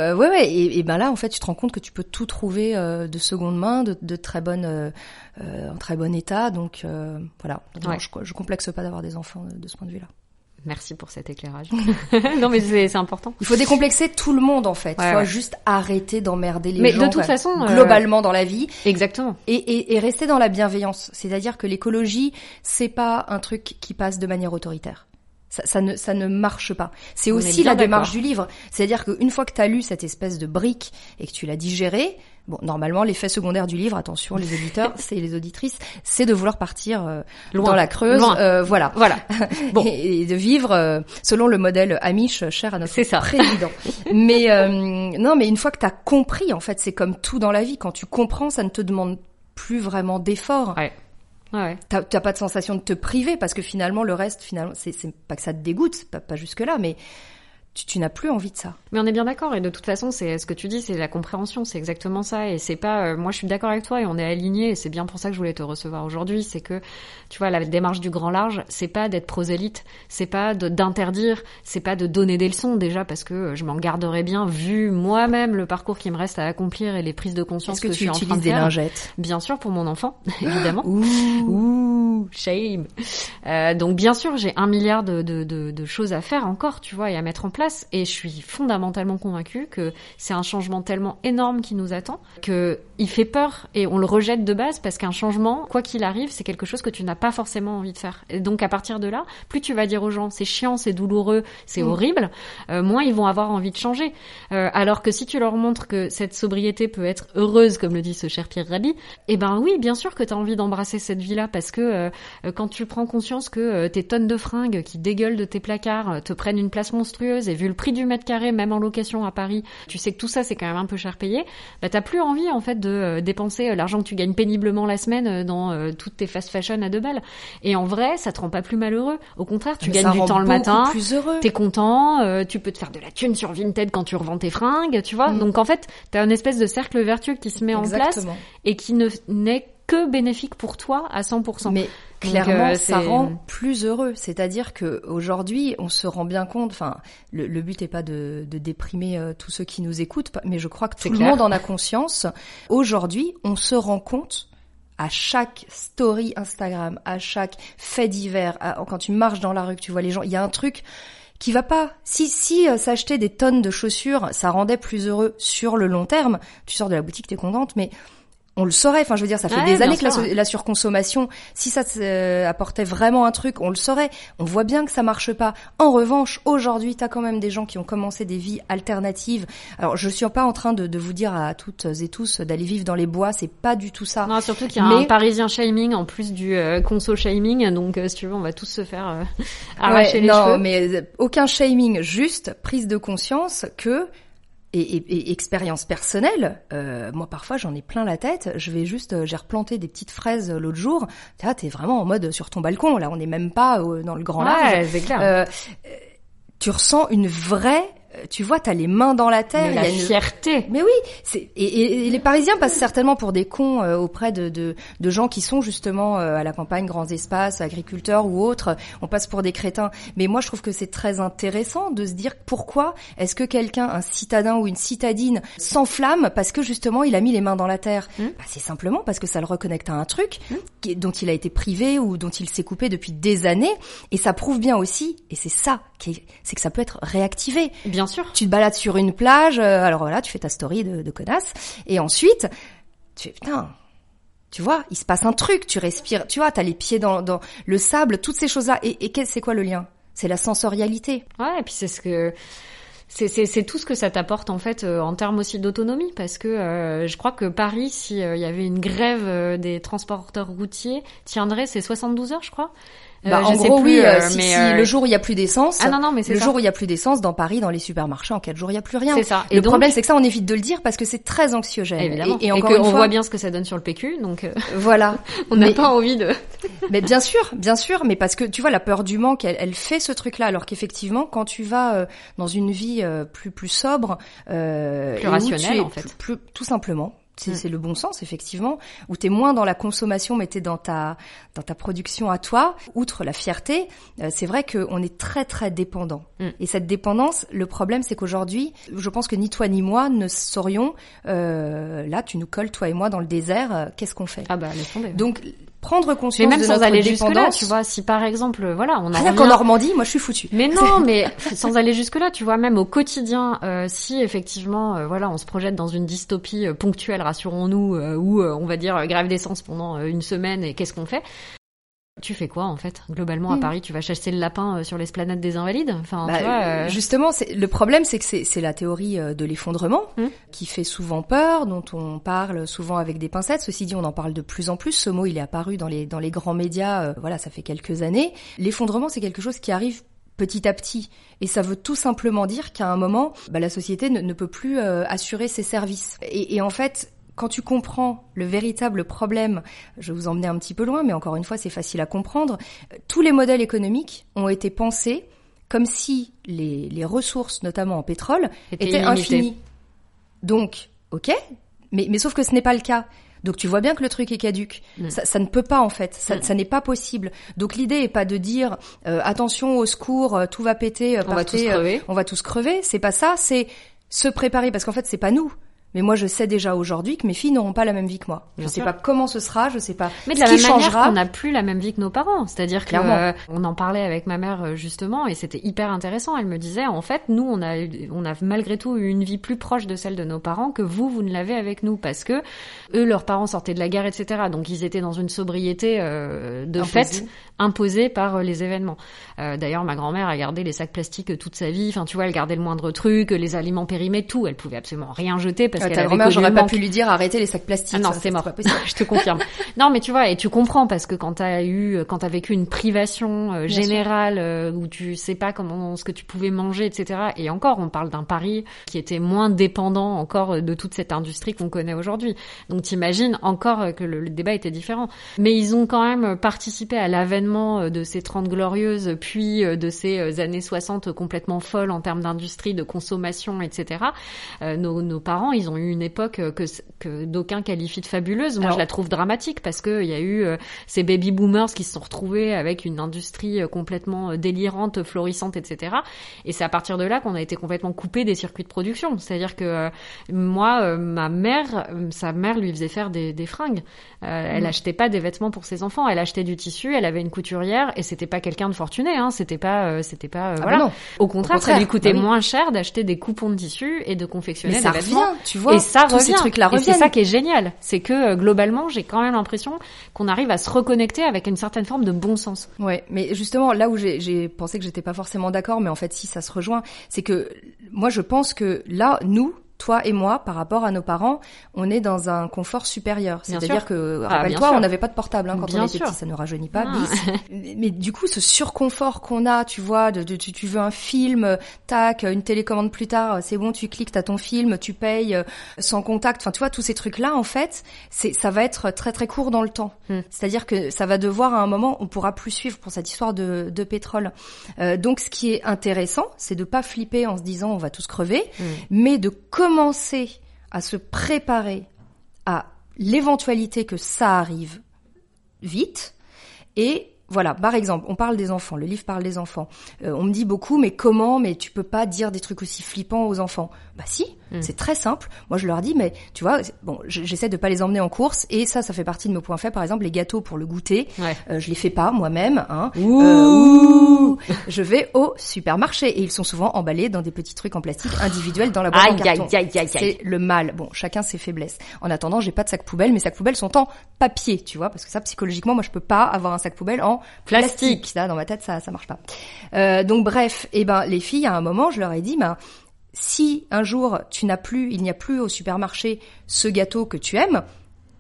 et ben là, en fait, tu te rends compte que tu peux tout trouver, de seconde main, de très bonne, en très bon état. Donc, voilà. Non, je complexe pas d'avoir des enfants de ce point de vue-là. Merci pour cet éclairage. Non, mais c'est important. Il faut décomplexer tout le monde, en fait. Il faut juste arrêter d'emmerder les gens. Mais de toute façon, globalement dans la vie. Exactement. Et rester dans la bienveillance. C'est-à-dire que l'écologie, c'est pas un truc qui passe de manière autoritaire. Ça ne marche pas. C'est aussi la démarche du livre. C'est-à-dire qu'une fois que tu as lu cette espèce de brique et que tu l'as digérée, bon, normalement, l'effet secondaire du livre, attention les auditeurs, c'est les auditrices, c'est de vouloir partir dans la Creuse, voilà. Bon. Et de vivre selon le modèle Amish cher à notre président. Mais non, mais une fois que tu as compris, en fait, c'est comme tout dans la vie. Quand tu comprends, ça ne te demande plus vraiment d'effort. Ouais. T'as pas de sensation de te priver parce que finalement le reste, c'est pas que ça te dégoûte, pas jusque là, mais tu n'as plus envie de ça. Mais on est bien d'accord, et de toute façon, c'est ce que tu dis, c'est la compréhension, c'est exactement ça, et c'est pas, moi je suis d'accord avec toi, et on est alignés, et c'est bien pour ça que je voulais te recevoir aujourd'hui, c'est que, tu vois, la démarche du grand large, c'est pas d'être prosélyte, c'est pas d'interdire, c'est pas de donner des leçons, déjà, parce que je m'en garderais bien, vu moi-même le parcours qui me reste à accomplir et les prises de conscience que je suis en train de faire. Est-ce que tu utilises des lingettes? Bien sûr, pour mon enfant, évidemment. Ouh, shame. Donc bien sûr, j'ai 1 milliard de choses à faire encore, tu vois, et à mettre en place. Et je suis fondamentalement convaincue que c'est un changement tellement énorme qui nous attend que il fait peur et on le rejette de base parce qu'un changement, quoi qu'il arrive, c'est quelque chose que tu n'as pas forcément envie de faire. Et donc à partir de là, plus tu vas dire aux gens c'est chiant, c'est douloureux, c'est horrible, moins ils vont avoir envie de changer. Alors que si tu leur montres que cette sobriété peut être heureuse, comme le dit ce cher Pierre Rabhi, eh ben oui, bien sûr que tu as envie d'embrasser cette vie-là parce que quand tu prends conscience que tes tonnes de fringues qui dégueulent de tes placards te prennent une place monstrueuse et vu le prix du mètre carré, même en location à Paris, tu sais que tout ça c'est quand même un peu cher payé, bah t'as plus envie en fait de dépenser l'argent que tu gagnes péniblement la semaine dans toutes tes fast fashion à 2 balles. Et en vrai, ça te rend pas plus malheureux. Au contraire, tu gagnes du temps le matin, t'es content, tu peux te faire de la thune sur Vinted quand tu revends tes fringues, tu vois. Donc en fait, t'as une espèce de cercle vertueux qui se met en place et qui n'est que bénéfique pour toi à 100%. Mais clairement, ça rend plus heureux. C'est-à-dire que aujourd'hui, on se rend bien compte. Enfin, le but est pas de déprimer tous ceux qui nous écoutent, mais je crois que tout le monde en a conscience. Aujourd'hui, on se rend compte à chaque story Instagram, à chaque fait divers, quand tu marches dans la rue, que tu vois les gens, il y a un truc qui va pas. Si s'acheter des tonnes de chaussures, ça rendait plus heureux sur le long terme, tu sors de la boutique, t'es contente, mais on le saurait. Enfin, je veux dire, ça fait des années que la surconsommation, si ça apportait vraiment un truc, on le saurait. On voit bien que ça marche pas. En revanche, aujourd'hui, t'as quand même des gens qui ont commencé des vies alternatives. Alors, je suis pas en train de vous dire à toutes et tous d'aller vivre dans les bois, c'est pas du tout ça. Non, surtout qu'il y a un parisien shaming en plus du conso shaming. Donc, si tu veux, on va tous se faire arracher les cheveux. Non, mais aucun shaming, juste prise de conscience que et expérience personnelle, moi parfois j'en ai plein la tête, j'ai replanté des petites fraises l'autre jour, t'es vraiment en mode sur ton balcon, là on n'est même pas dans le grand large. Ouais, c'est clair. Tu ressens une vraie, tu vois, t'as les mains dans la terre. Il y a une fierté. Mais oui, et les Parisiens passent certainement pour des cons auprès de gens qui sont justement à la campagne, grands espaces, agriculteurs ou autres. On passe pour des crétins. Mais moi, je trouve que c'est très intéressant de se dire pourquoi est-ce que quelqu'un, un citadin ou une citadine, s'enflamme parce que justement il a mis les mains dans la terre. Bah, c'est simplement parce que ça le reconnecte à un truc dont il a été privé ou dont il s'est coupé depuis des années. Et ça prouve bien aussi, et c'est ça c'est que ça peut être réactivé. Bien sûr. Tu te balades sur une plage, alors voilà, tu fais ta story de connasse, et ensuite, tu fais putain, tu vois, il se passe un truc, tu respires, tu vois, t'as les pieds dans le sable, toutes ces choses-là, et c'est quoi le lien? C'est la sensorialité. Ouais, et puis c'est tout ce que ça t'apporte en fait en termes aussi d'autonomie, parce que je crois que Paris, si il y avait une grève des transporteurs routiers, tiendrait ses 72 heures, je crois. En gros, oui, si le jour où il y a plus d'essence, mais c'est le ça. jour où il y a plus d'essence, dans Paris, dans les supermarchés, en 4 jours, il y a plus rien. C'est ça. Le problème, c'est que ça, on évite de le dire parce que c'est très anxiogène. Évidemment. Et encore une fois, on voit bien ce que ça donne sur le PQ, donc voilà. on n'a pas envie de. Mais bien sûr, mais parce que tu vois, la peur du manque, elle fait ce truc-là, alors qu'effectivement, quand tu vas dans une vie plus sobre, plus rationnelle, en fait, plus tout simplement. C'est le bon sens, effectivement, où t'es moins dans la consommation, mais t'es dans ta production à toi. Outre la fierté, c'est vrai qu'on est très, très dépendant. Et cette dépendance, le problème, c'est qu'aujourd'hui, je pense que ni toi ni moi ne saurions, là, tu nous colles, toi et moi, dans le désert, qu'est-ce qu'on fait? laisse tomber. Donc, prendre conscience mais même de sans notre aller dépendance. jusque-là, tu vois, si par exemple, voilà, on en rien qu'en Normandie, moi je suis foutue. Mais non, mais sans aller jusque-là, tu vois, même au quotidien, si effectivement, voilà, on se projette dans une dystopie ponctuelle, rassurons-nous, où on va dire grève d'essence pendant une semaine, et qu'est-ce qu'on fait? Tu fais quoi en fait? Globalement à Paris, tu vas chasser le lapin sur l'esplanade des Invalides? Enfin, tu vois, justement, le problème, c'est que c'est la théorie de l'effondrement qui fait souvent peur, dont on parle souvent avec des pincettes. Ceci dit, on en parle de plus en plus. Ce mot, il est apparu dans les grands médias. Voilà, ça fait quelques années. L'effondrement, c'est quelque chose qui arrive petit à petit. Et ça veut tout simplement dire qu'à un moment, la société ne peut plus assurer ses services. Et en fait, quand tu comprends le véritable problème, je vais vous emmener un petit peu loin, mais encore une fois, c'est facile à comprendre, tous les modèles économiques ont été pensés comme si les ressources, notamment en pétrole, étaient infinies. Donc, ok, mais sauf que ce n'est pas le cas. Donc tu vois bien que le truc est caduque. Ça ne peut pas en fait. Ça n'est pas possible. Donc l'idée est pas de dire attention au secours, tout va péter, on va tous crever. C'est pas ça. C'est se préparer parce qu'en fait c'est pas nous. Mais moi, je sais déjà aujourd'hui que mes filles n'auront pas la même vie que moi. Je sais pas comment ce sera, je sais pas ce qui changera. Mais de la même manière qu'on n'a plus la même vie que nos parents. C'est-à-dire que on en parlait avec ma mère justement, et c'était hyper intéressant. Elle me disait, en fait, nous, on a malgré tout eu une vie plus proche de celle de nos parents que vous ne l'avez avec nous, parce que eux, leurs parents sortaient de la guerre, etc. Donc ils étaient dans une sobriété de fait imposée par les événements. D'ailleurs, ma grand-mère a gardé les sacs plastiques toute sa vie. Enfin, tu vois, elle gardait le moindre truc, les aliments périmés, tout. Elle pouvait absolument rien jeter parce ta grand-mère, j'aurais pas pu lui dire arrêtez les sacs plastiques. Ah non, c'est mort. Je te confirme. Non, mais tu vois, et tu comprends parce que quand t'as vécu une privation générale où tu sais pas ce que tu pouvais manger, etc. Et encore, on parle d'un Paris qui était moins dépendant encore de toute cette industrie qu'on connaît aujourd'hui. Donc t'imagines encore que le débat était différent. Mais ils ont quand même participé à l'avènement de ces 30 glorieuses, puis de ces années 60 complètement folles en termes d'industrie, de consommation, etc. Nos parents, ils ont eu une époque que d'aucuns qualifient de fabuleuse. Moi, je la trouve dramatique parce que il y a eu ces baby boomers qui se sont retrouvés avec une industrie complètement délirante, florissante, etc. Et c'est à partir de là qu'on a été complètement coupé des circuits de production. C'est-à-dire que moi, ma mère, sa mère lui faisait faire des fringues. Elle achetait pas des vêtements pour ses enfants. Elle achetait du tissu. Elle avait une couturière et c'était pas quelqu'un de fortuné. C'était pas voilà. Non. Au contraire, ça lui coûtait moins cher d'acheter des coupons de tissu et de confectionner des vêtements. Revient, tu vois. Et ça tous revient. Ces trucs-là et reviennent. c'est ça qui est génial. C'est que globalement, j'ai quand même l'impression qu'on arrive à se reconnecter avec une certaine forme de bon sens. Ouais, mais justement, là où j'ai pensé que j'étais pas forcément d'accord, mais en fait, si ça se rejoint, c'est que moi, je pense que là, nous, toi et moi, par rapport à nos parents, on est dans un confort supérieur. C'est-à-dire que, rappelle-toi, on n'avait pas de portable quand on était petit, ça ne rajeunit pas, bis. Mais du coup, ce surconfort qu'on a, tu vois, tu veux un film, tac, une télécommande plus tard, c'est bon, tu cliques, t'as ton film, tu payes sans contact. Enfin, tu vois, tous ces trucs-là, en fait, ça va être très très court dans le temps. C'est-à-dire que ça va devoir, à un moment, on pourra plus suivre pour cette histoire de pétrole. Donc, ce qui est intéressant, c'est de pas flipper en se disant on va tous crever, mais de commencer à se préparer à l'éventualité que ça arrive vite. Et voilà, par exemple, on parle des enfants, le livre parle des enfants. On me dit beaucoup, mais comment? Mais tu peux pas dire des trucs aussi flippants aux enfants. Bah si, c'est très simple. Moi, je leur dis, mais tu vois, bon, j'essaie de pas les emmener en course, et ça fait partie de mes points faibles. Par exemple, les gâteaux pour le goûter, je les fais pas moi-même. Je vais au supermarché, et ils sont souvent emballés dans des petits trucs en plastique individuels dans la boîte en carton. C'est le mal. Bon, chacun ses faiblesses. En attendant, j'ai pas de sac poubelle. Mes sacs poubelles sont en papier, tu vois, parce que ça, psychologiquement, moi, je peux pas avoir un sac poubelle en plastique. Là, dans ma tête, ça marche pas. Donc bref, les filles, à un moment, je leur ai dit, si un jour il n'y a plus au supermarché ce gâteau que tu aimes,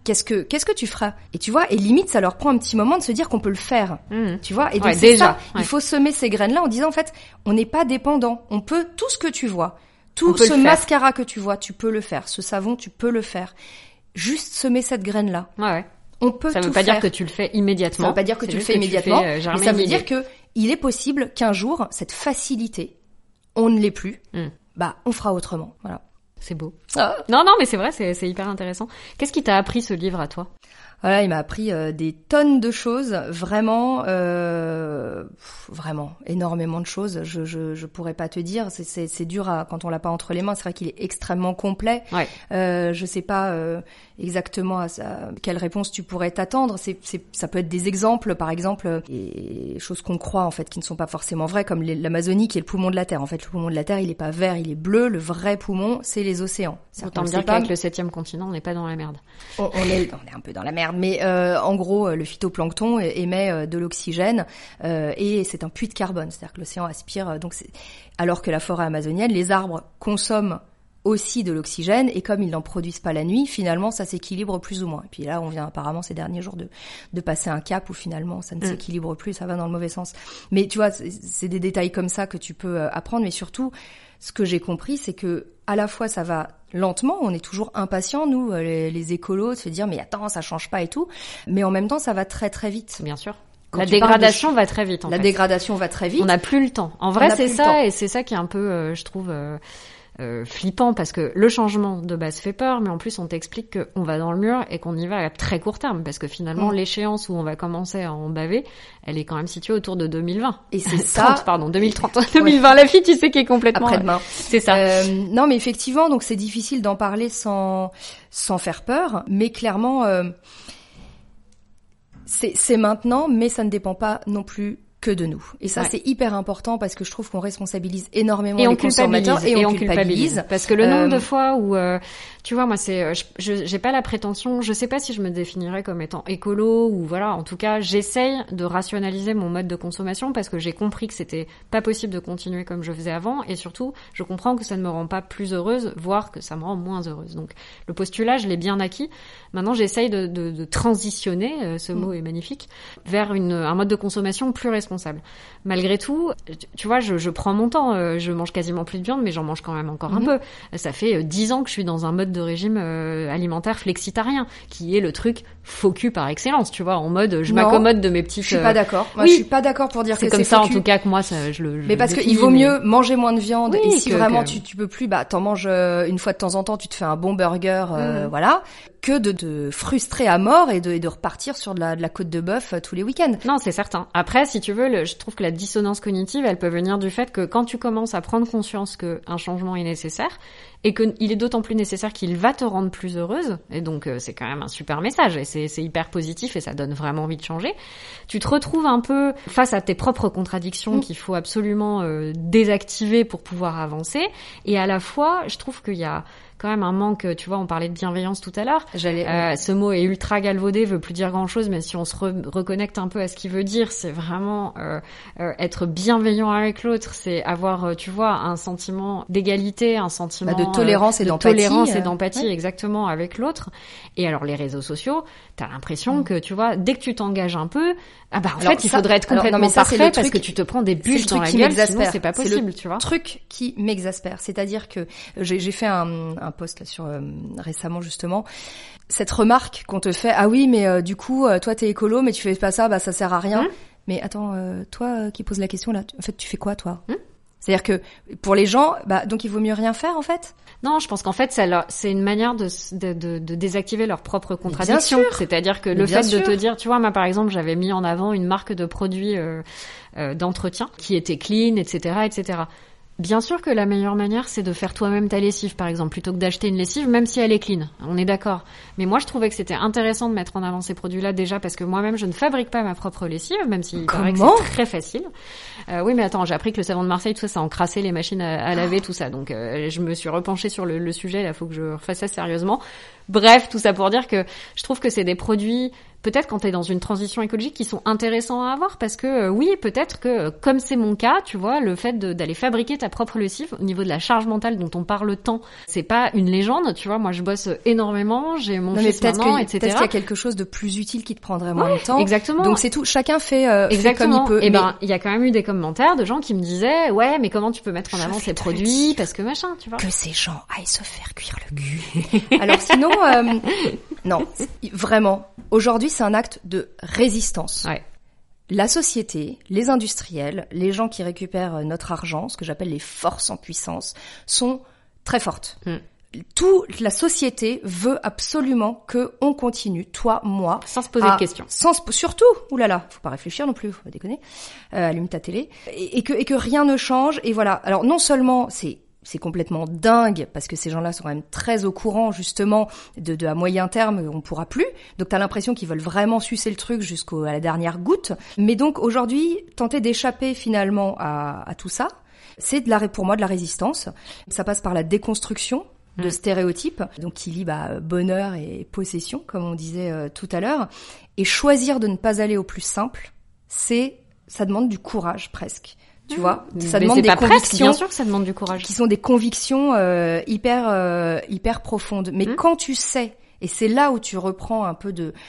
qu'est-ce que tu feras? Et tu vois, et limite, ça leur prend un petit moment de se dire qu'on peut le faire. Tu vois? Et donc, c'est déjà, ça. Il faut semer ces graines-là en disant, en fait, on n'est pas dépendant. On peut, tout ce que tu vois, tout ce mascara que tu vois, tu peux le faire. Ce savon, tu peux le faire. Juste semer cette graine-là. Ouais. On peut ça tout veut pas faire. dire que tu le fais immédiatement. Ça veut pas dire que tu le fais immédiatement. Mais ça veut dire que il est possible qu'un jour, cette facilité, on ne l'ait plus. Bah, on fera autrement. Voilà. C'est beau. Non, mais c'est vrai, c'est hyper intéressant. Qu'est-ce qui t'a appris ce livre à toi? Voilà, il m'a appris des tonnes de choses, vraiment énormément de choses. Je pourrais pas te dire, c'est dur quand on l'a pas entre les mains. C'est vrai qu'il est extrêmement complet. Ouais. Je sais pas exactement quelle réponse tu pourrais t'attendre. Ça peut être des exemples, par exemple, des choses qu'on croit en fait qui ne sont pas forcément vraies, comme l'Amazonie qui est le poumon de la Terre. En fait, le poumon de la Terre, il est pas vert, il est bleu. Le vrai poumon, c'est les océans. Autant dire qu'avec le 7e continent, on n'est pas dans la merde. On est un peu dans la merde. Mais en gros, le phytoplancton émet de l'oxygène et c'est un puits de carbone, c'est-à-dire que l'océan aspire. Alors que la forêt amazonienne, les arbres consomment aussi de l'oxygène et comme ils n'en produisent pas la nuit, finalement, ça s'équilibre plus ou moins. Et puis là, on vient apparemment ces derniers jours de passer un cap où finalement ça ne s'équilibre plus, ça va dans le mauvais sens. Mais tu vois, c'est des détails comme ça que tu peux apprendre. Mais surtout, ce que j'ai compris, c'est que à la fois ça va lentement, on est toujours impatients, nous, les écolos, de se dire mais attends, ça change pas et tout. Mais en même temps, ça va très très vite. Bien sûr. La dégradation va très vite. La dégradation va très vite. On n'a plus le temps. En vrai, c'est ça, et c'est ça qui est un peu, je trouve, flippant, parce que le changement de base fait peur, mais en plus on t'explique qu'on va dans le mur et qu'on y va à très court terme, parce que finalement l'échéance où on va commencer à en baver, elle est quand même située autour de 2020. Et c'est ça. 2030. 2020, la fille, tu sais, qui est complètement après-demain. C'est ça. Non, mais effectivement, donc c'est difficile d'en parler sans faire peur, mais clairement, c'est maintenant, mais ça ne dépend pas non plus que de nous. Et ça, c'est hyper important parce que je trouve qu'on responsabilise énormément les consommateurs et on culpabilise. Parce que le nombre de fois où, tu vois, moi, j'ai pas la prétention, je sais pas si je me définirais comme étant écolo ou voilà, en tout cas, j'essaye de rationaliser mon mode de consommation parce que j'ai compris que c'était pas possible de continuer comme je faisais avant et surtout, je comprends que ça ne me rend pas plus heureuse, voire que ça me rend moins heureuse. Donc, le postulat, je l'ai bien acquis. Maintenant, j'essaye de transitionner, ce mot est magnifique, vers un mode de consommation plus responsable. Malgré tout, tu vois, je prends mon temps. Je mange quasiment plus de viande, mais j'en mange quand même encore un peu. Ça fait 10 ans que je suis dans un mode de régime alimentaire flexitarien, qui est le truc faux cul par excellence, tu vois, en mode je m'accommode de mes petites... Je suis pas d'accord. Moi, je suis pas d'accord pour dire que c'est comme ça, en tout cas, que moi, ça, je le mais parce qu'il vaut mieux manger moins de viande, et si vraiment tu peux plus, bah, t'en manges une fois de temps en temps, tu te fais un bon burger, voilà, que de frustrer à mort et de repartir sur de la côte de bœuf tous les week-ends. Non, c'est certain. Après, si tu veux, je trouve que la dissonance cognitive, elle peut venir du fait que quand tu commences à prendre conscience qu'un changement est nécessaire, et qu'il est d'autant plus nécessaire qu'il va te rendre plus heureuse, et donc c'est quand même un super message, et c'est hyper positif, et ça donne vraiment envie de changer, tu te retrouves un peu face à tes propres contradictions qu'il faut absolument désactiver pour pouvoir avancer, et à la fois, je trouve qu'il y a quand même un manque, tu vois, on parlait de bienveillance tout à l'heure. Ce mot est ultra galvaudé, veut plus dire grand-chose, mais si on se reconnecte un peu à ce qu'il veut dire, c'est vraiment être bienveillant avec l'autre, c'est avoir, tu vois, un sentiment d'égalité, un sentiment de tolérance et d'empathie. Tolérance et d'empathie, exactement, avec l'autre. Et alors les réseaux sociaux, t'as l'impression que, tu vois, dès que tu t'engages un peu, en fait, il faudrait être complètement parfait parce que tu te prends des bûches dans la gueule, sinon c'est pas possible, tu vois. C'est le truc qui m'exaspère, c'est-à-dire que j'ai fait un post là sur récemment justement, cette remarque qu'on te fait, ah oui mais du coup toi t'es écolo mais tu fais pas ça, bah ça sert à rien. Mais attends, toi qui poses la question là, en fait tu fais quoi toi? C'est-à-dire que pour les gens, bah donc il vaut mieux rien faire en fait. Non, je pense qu'en fait c'est une manière de désactiver leur propre contradiction. C'est-à-dire que le fait de te dire, tu vois, moi par exemple j'avais mis en avant une marque de produits d'entretien qui était clean, etc., etc. Bien sûr que la meilleure manière, c'est de faire toi-même ta lessive, par exemple, plutôt que d'acheter une lessive, même si elle est clean. On est d'accord. Mais moi, je trouvais que c'était intéressant de mettre en avant ces produits-là déjà parce que moi-même, je ne fabrique pas ma propre lessive, même s'il paraît que c'est très facile. Oui, mais attends, j'ai appris que le savon de Marseille, tout ça, ça encrassait les machines à laver, tout ça. Donc, je me suis repenchée sur le sujet. Là, faut que je refasse ça sérieusement. Bref, tout ça pour dire que je trouve que c'est des produits peut-être quand t'es dans une transition écologique qui sont intéressants à avoir parce que oui, peut-être que comme c'est mon cas, tu vois, le fait d'aller fabriquer ta propre lessive au niveau de la charge mentale dont on parle tant, c'est pas une légende, tu vois. Moi, je bosse énormément, j'ai mon fils maintenant, etc. Peut-être qu'il y a quelque chose de plus utile qui te prendrait moins de temps. Exactement. Donc c'est tout. Chacun fait comme il peut. Et il y a quand même eu des commentaires de gens qui me disaient, ouais, mais comment tu peux mettre en avant ces produits parce que machin, tu vois. Que ces gens aillent se faire cuire le cul. Alors sinon, non, vraiment. Aujourd'hui, c'est un acte de résistance. Ouais. La société, les industriels, les gens qui récupèrent notre argent, ce que j'appelle les forces en puissance, sont très fortes. Toute la société veut absolument que on continue, toi, moi, sans se poser de questions. Surtout, oulala, faut pas réfléchir non plus, faut pas déconner. Allume ta télé et que rien ne change. Et voilà. Alors non seulement c'est complètement dingue parce que ces gens-là sont quand même très au courant justement de à moyen terme on pourra plus. Donc t'as l'impression qu'ils veulent vraiment sucer le truc jusqu'à la dernière goutte. Mais donc aujourd'hui, tenter d'échapper finalement à tout ça, c'est pour moi de la résistance. Ça passe par la déconstruction de stéréotypes, donc qui lie bonheur et possession, comme on disait tout à l'heure. Et choisir de ne pas aller au plus simple, ça demande du courage presque. Tu vois, ça demande des convictions. Bien sûr que ça demande du courage. Qui sont des convictions hyper profondes. Mais quand tu sais, et c'est là où tu reprends un peu de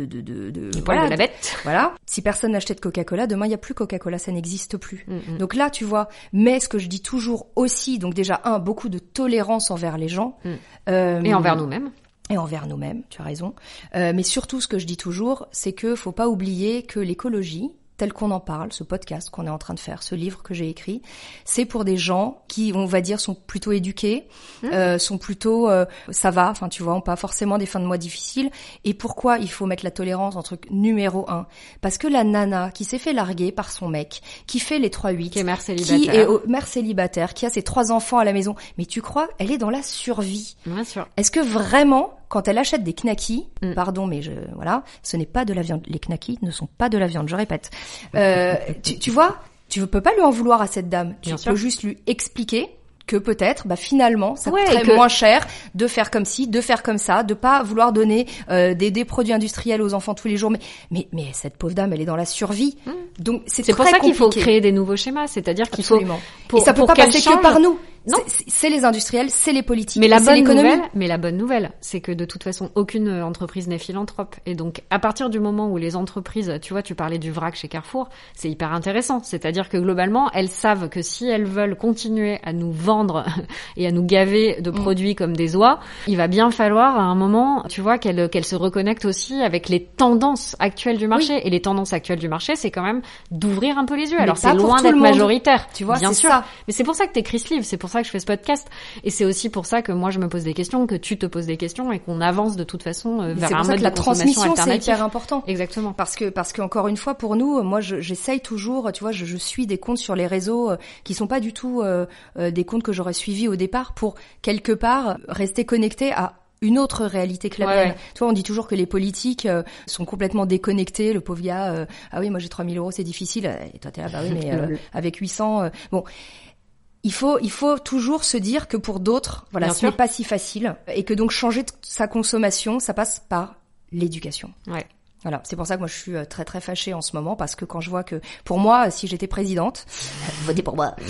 la bête. Voilà. Si personne n'achetait de Coca-Cola, demain il y a plus Coca-Cola, ça n'existe plus. Donc là, tu vois. Mais ce que je dis toujours aussi, donc déjà beaucoup de tolérance envers les gens et envers nous-mêmes. Et envers nous-mêmes, tu as raison. Mais surtout, ce que je dis toujours, c'est que faut pas oublier que l'écologie, tel qu'on en parle, ce podcast qu'on est en train de faire, ce livre que j'ai écrit, c'est pour des gens qui, on va dire, sont plutôt éduqués, sont plutôt, ça va, enfin tu vois, ont pas forcément des fins de mois difficiles. Et pourquoi il faut mettre la tolérance en truc numéro 1 ? Parce que la nana qui s'est fait larguer par son mec, qui fait les 3-8, qui est mère célibataire, qui a ses 3 enfants à la maison, mais tu crois, elle est dans la survie. Bien sûr. Est-ce que vraiment, quand elle achète des knackis, pardon, mais voilà, ce n'est pas de la viande. Les knackis ne sont pas de la viande, je répète. Tu vois, tu peux pas lui en vouloir à cette dame. Tu peux juste lui expliquer que peut-être, finalement, ça coûterait moins cher de faire comme ci, de faire comme ça, de pas vouloir donner des produits industriels aux enfants tous les jours. Mais cette pauvre dame, elle est dans la survie. Donc c'est pour ça qu'il faut créer des nouveaux schémas. C'est-à-dire qu'il faut. Et ça peut pas passer que par nous. Non. C'est les industriels, c'est les politiques, mais c'est l'économie. La bonne nouvelle, c'est que de toute façon, aucune entreprise n'est philanthrope. Et donc, à partir du moment où les entreprises, tu vois, tu parlais du vrac chez Carrefour, c'est hyper intéressant. C'est-à-dire que globalement, elles savent que si elles veulent continuer à nous vendre et à nous gaver de produits comme des oies, il va bien falloir à un moment, tu vois, qu'elles se reconnectent aussi avec les tendances actuelles du marché. Oui. Et les tendances actuelles du marché, c'est quand même d'ouvrir un peu les yeux. Mais alors, c'est loin d'être majoritaire. Tu vois, bien sûr. Ça. Mais c'est pour ça que t'écris ce livre, c'est pour ça que je fais ce podcast. Et c'est aussi pour ça que moi je me pose des questions, que tu te poses des questions et qu'on avance de toute façon vers un mode de consommation alternatif. C'est hyper important. Exactement. Parce que encore une fois, pour nous, moi j'essaye toujours, tu vois, je suis des comptes sur les réseaux qui sont pas du tout des comptes que j'aurais suivis au départ pour quelque part rester connecté à une autre réalité que la mienne. Tu vois, on dit toujours que les politiques sont complètement déconnectés. Le pauvre gars, ah oui, moi j'ai 3 000 €, c'est difficile. Et toi t'es là, bah oui, mais avec 800, bon. Il faut toujours se dire que pour d'autres, voilà, ce n'est pas si facile et que donc changer sa consommation, ça passe par l'éducation. Ouais. Voilà, c'est pour ça que moi je suis très très fâchée en ce moment parce que quand je vois que pour moi, si j'étais présidente, votez pour moi.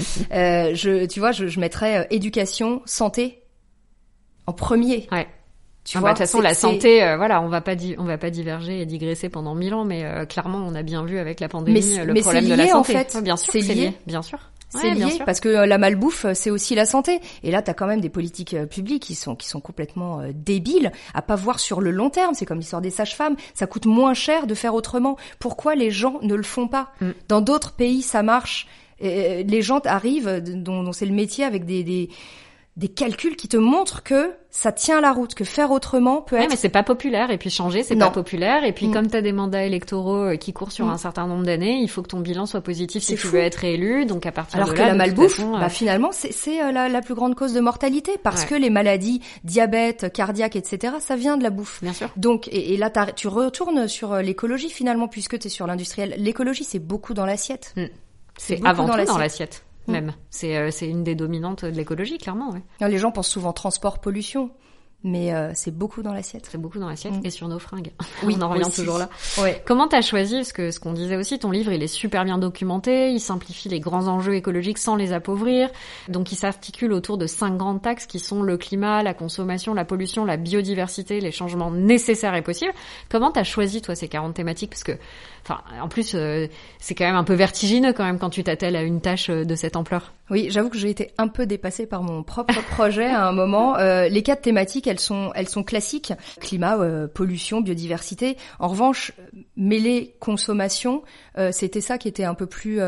Je mettrais éducation, santé en premier. Ouais. Tu vois, de toute façon, la santé, voilà, on va pas diverger et digresser pendant 1000 ans, mais clairement, on a bien vu avec la pandémie le problème de la santé. En fait. Bien sûr, c'est lié, bien sûr. C'est lié parce que la malbouffe, c'est aussi la santé. Et là, t'as quand même des politiques publiques qui sont complètement débiles à pas voir sur le long terme. C'est comme l'histoire des sages-femmes. Ça coûte moins cher de faire autrement. Pourquoi les gens ne le font pas ? Dans d'autres pays, ça marche. Et les gens arrivent, dont c'est le métier, avec des calculs qui te montrent que ça tient la route, que faire autrement peut être... mais c'est pas populaire, et puis changer, c'est pas populaire, et puis comme t'as des mandats électoraux qui courent sur un certain nombre d'années, il faut que ton bilan soit positif si tu veux être élu, donc à partir de là... Alors que la malbouffe, finalement, c'est la plus grande cause de mortalité, parce que les maladies, diabète, cardiaque, etc., ça vient de la bouffe. Bien sûr. Donc, et là, tu retournes sur l'écologie, finalement, puisque t'es sur l'industriel. L'écologie, c'est beaucoup dans l'assiette. C'est avant tout dans l'assiette. Même. C'est une des dominantes de l'écologie, clairement, ouais. Les gens pensent souvent transport, pollution. mais c'est beaucoup dans l'assiette. C'est beaucoup dans l'assiette et sur nos fringues. Oui, on en revient aussi. toujours là. Ouais. Comment t'as choisi, parce que ce qu'on disait aussi, ton livre il est super bien documenté, il simplifie les grands enjeux écologiques sans les appauvrir, donc il s'articule autour de 5 grandes axes qui sont le climat, la consommation, la pollution, la biodiversité, les changements nécessaires et possibles. Comment t'as choisi toi ces 40 thématiques, parce que enfin en plus c'est quand même un peu vertigineux quand même quand tu t'attelles à une tâche de cette ampleur. Oui, j'avoue que j'ai été un peu dépassée par mon propre projet à un moment. Les 4 thématiques, elles sont classiques. Climat, pollution, biodiversité. En revanche, mêler consommation, c'était ça qui était un peu plus...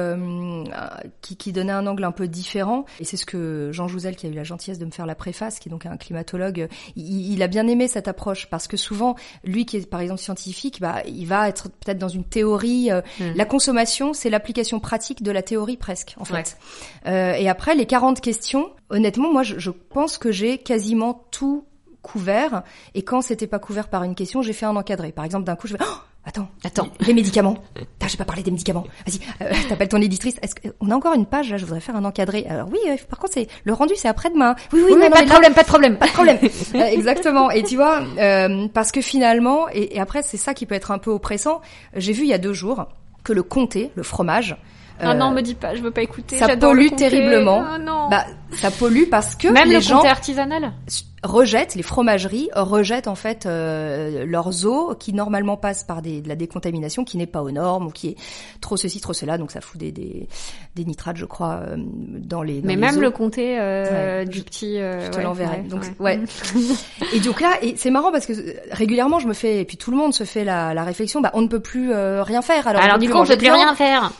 qui donnait un angle un peu différent. Et c'est ce que Jean Jouzel, qui a eu la gentillesse de me faire la préface, qui est donc un climatologue, il a bien aimé cette approche. Parce que souvent, lui qui est par exemple scientifique, il va être peut-être dans une théorie. La consommation, c'est l'application pratique de la théorie presque, en fait. Ouais. Et après, les 40 questions, honnêtement, moi, je pense que j'ai quasiment tout couvert. Et quand c'était pas couvert par une question, j'ai fait un encadré. Par exemple, d'un coup, je vais... Attends, les médicaments. J'ai pas parlé des médicaments. Vas-y, t'appelles ton éditrice. Est-ce qu'on a encore une page là? Je voudrais faire un encadré. Alors oui, par contre, c'est le rendu, c'est après-demain. Oui, mais pas de problème. Exactement. Et tu vois, parce que finalement, et après, c'est ça qui peut être un peu oppressant. J'ai vu il y a 2 jours que le comté, le fromage. Non, me dis pas, je veux pas écouter. Ça pollue terriblement. Oh, non. Ça pollue parce que même les le comté artisanal rejettent, les fromageries rejettent en fait leurs eaux qui normalement passent par de la décontamination qui n'est pas aux normes ou qui est trop ceci, trop cela, donc ça fout des nitrates, je crois, dans les. Mais les même eaux. le comté du petit. Je te l'enverrai. Donc ouais. Et donc là, et c'est marrant parce que régulièrement je me fais, et puis tout le monde se fait la réflexion, on ne peut plus rien faire. Alors du coup, on peut plus rien faire.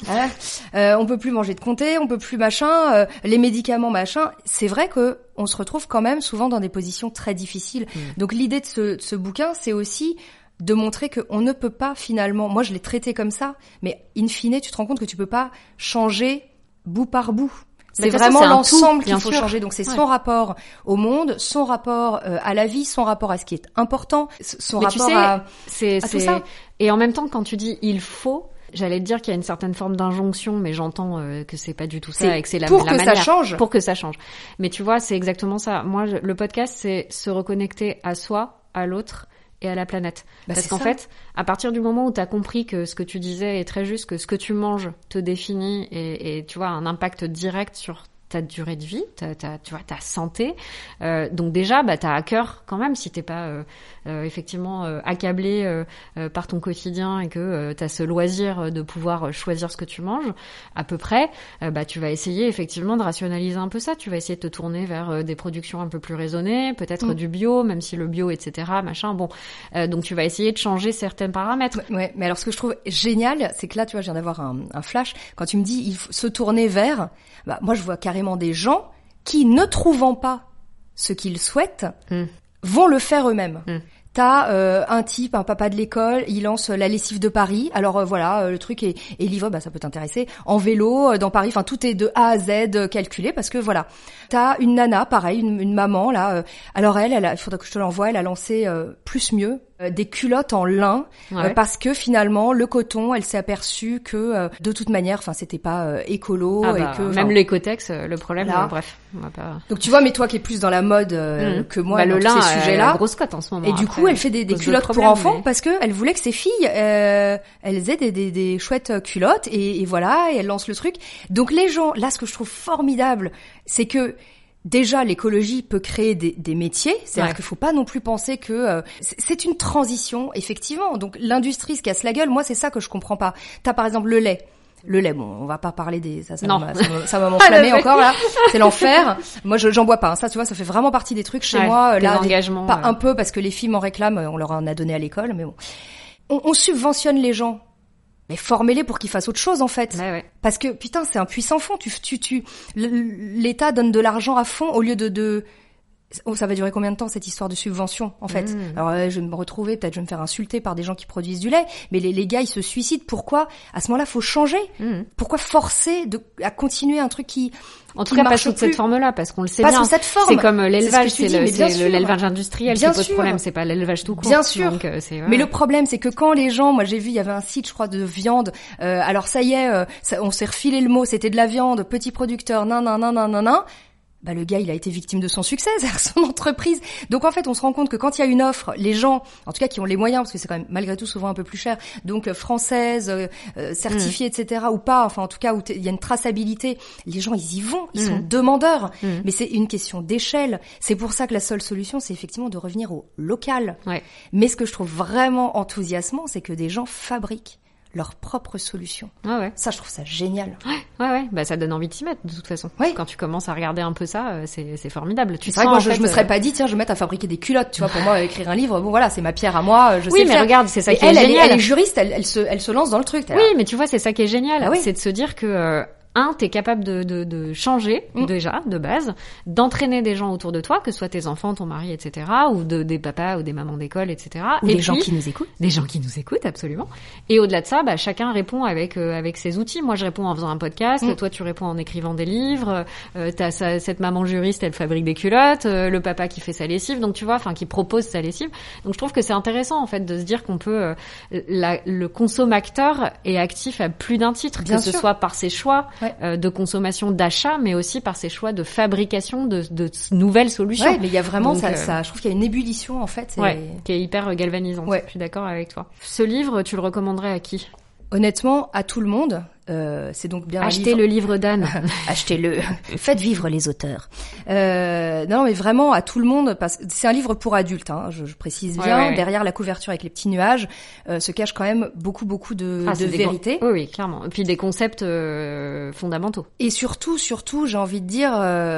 On peut plus manger de comté, on peut plus machin, les médicaments machin. C'est vrai que on se retrouve quand même souvent dans des positions très difficiles. Donc l'idée de ce bouquin, c'est aussi de montrer qu'on ne peut pas finalement, moi je l'ai traité comme ça, mais in fine, tu te rends compte que tu peux pas changer bout par bout. C'est vraiment l'ensemble qu'il faut changer. Donc c'est son rapport au monde, son rapport à la vie, son rapport à ce qui est important, son rapport à tout ça. Et en même temps, quand tu dis il faut, j'allais te dire qu'il y a une certaine forme d'injonction, mais j'entends que c'est pas du tout ça et que c'est la manière ça change. Pour que ça change. Mais tu vois, c'est exactement ça. Moi, le podcast, c'est se reconnecter à soi, à l'autre et à la planète. Parce qu'en fait, à partir du moment où tu as compris que ce que tu disais est très juste, que ce que tu manges te définit et tu vois, un impact direct sur ta durée de vie, tu vois, ta santé. Donc déjà, t'as à cœur quand même, si t'es pas effectivement accablé par ton quotidien et que t'as ce loisir de pouvoir choisir ce que tu manges, à peu près, tu vas essayer effectivement de rationaliser un peu ça. Tu vas essayer de te tourner vers des productions un peu plus raisonnées, peut-être du bio, même si le bio, etc., machin. Bon, donc tu vas essayer de changer certains paramètres. Ouais, mais alors ce que je trouve génial, c'est que là, tu vois, je viens d'avoir un flash. Quand tu me dis il faut se tourner vers, moi je vois carrément des gens qui, ne trouvant pas ce qu'ils souhaitent, vont le faire eux-mêmes. T'as un type, un papa de l'école, il lance la lessive de Paris. Alors voilà, le truc est livré, ça peut t'intéresser. En vélo, dans Paris, enfin tout est de A à Z calculé parce que voilà. T'as une nana, pareil, une maman là. Alors elle, il faudrait que je te l'envoie. Elle a lancé plus mieux des culottes en lin parce que finalement le coton, elle s'est aperçue que de toute manière, c'était pas écolo et que même l'écotex, le problème. Bref, on va pas. Donc tu vois, mais toi qui es plus dans la mode que moi, le dans lin, ces sujets-là, la grosse cote en ce moment. Et du coup, elle fait des culottes pour enfants parce que elle voulait que ses filles, elles aient des chouettes culottes et voilà, et elle lance le truc. Donc les gens, là, ce que je trouve formidable, c'est que déjà, l'écologie peut créer des métiers. C'est-à-dire qu'il faut pas non plus penser que c'est une transition, effectivement. Donc l'industrie se casse la gueule. Moi, c'est ça que je comprends pas. T'as par exemple le lait. Le lait, bon, on va pas parler des... Ça m'a enflammé encore, là. C'est l'enfer. Moi, j'en bois pas. Ça, tu vois, ça fait vraiment partie des trucs chez moi. Là, pas un peu, parce que les filles m'en réclament. On leur en a donné à l'école, mais bon. On subventionne les gens. Mais formez-les pour qu'ils fassent autre chose, en fait. Parce que, putain, c'est un puits sans fond. L'État donne de l'argent à fond au lieu de ça va durer combien de temps, cette histoire de subvention, en fait? Alors, je vais me retrouver, peut-être je vais me faire insulter par des gens qui produisent du lait, mais les gars, ils se suicident. Pourquoi? À ce moment-là, faut changer. Pourquoi forcer à continuer un truc qui... En tout cas, pas sous cette forme-là, parce qu'on le sait bien. Pas sous cette forme. C'est comme l'élevage, c'est l'élevage industriel qui pose problème, c'est pas l'élevage tout court. Bien sûr. Donc, mais le problème, c'est que quand les gens, moi j'ai vu, il y avait un site, je crois, de viande, alors ça y est, on s'est refilé le mot, c'était de la viande, petit producteur, bah le gars il a été victime de son succès, c'est-à-dire son entreprise. Donc en fait on se rend compte que quand il y a une offre, les gens, en tout cas qui ont les moyens, parce que c'est quand même malgré tout souvent un peu plus cher, donc française, certifiée, etc. ou pas, enfin en tout cas où il y a une traçabilité, les gens ils y vont, ils sont demandeurs. Mais c'est une question d'échelle. C'est pour ça que la seule solution c'est effectivement de revenir au local. Ouais. Mais ce que je trouve vraiment enthousiasmant, c'est que des gens fabriquent leur propre solution. Ouais. Ça, je trouve ça génial. Ouais. Bah, ça donne envie de s'y mettre, de toute façon. Ouais. Quand tu commences à regarder un peu ça, c'est formidable. C'est vrai que moi, je me serais pas dit, tiens, je vais mettre à fabriquer des culottes, tu vois, pour moi, écrire un livre, bon, voilà, c'est ma pierre à moi, je sais Oui, mais faire. regarde, c'est ça qui elle, est génial. Elle est juriste, elle se lance dans le truc. Oui, mais tu vois, c'est ça qui est génial. Ah oui. C'est de se dire que, t'es capable de changer, déjà, de base, d'entraîner des gens autour de toi, que ce soit tes enfants, ton mari, etc., ou des papas ou des mamans d'école, etc. Ou et des gens qui nous écoutent. Des gens qui nous écoutent, absolument. Et au-delà de ça, bah, chacun répond avec ses outils. Moi, je réponds en faisant un podcast, toi, tu réponds en écrivant des livres, cette maman juriste, elle fabrique des culottes, le papa qui fait sa lessive, donc tu vois, enfin, qui propose sa lessive. Donc, je trouve que c'est intéressant, en fait, de se dire qu'on peut, le consommateur est actif à plus d'un titre, Bien que ce sûr. soit par ses choix, Ouais. de consommation, d'achat, mais aussi par ses choix de fabrication de nouvelles solutions. Ouais, mais il y a vraiment Donc, ça, je trouve qu'il y a une ébullition, en fait. Qui est hyper galvanisante. Ouais. Je suis d'accord avec toi. Ce livre, tu le recommanderais à qui? Honnêtement, à tout le monde. C'est donc bien Achetez le livre d'Anne. Achetez-le. Faites vivre les auteurs. Non, mais vraiment à tout le monde. Parce que c'est un livre pour adultes. Hein, je précise bien. Ouais. Derrière la couverture avec les petits nuages se cache quand même beaucoup de vérité. Oui, clairement. Et puis des concepts fondamentaux. Et surtout, j'ai envie de dire.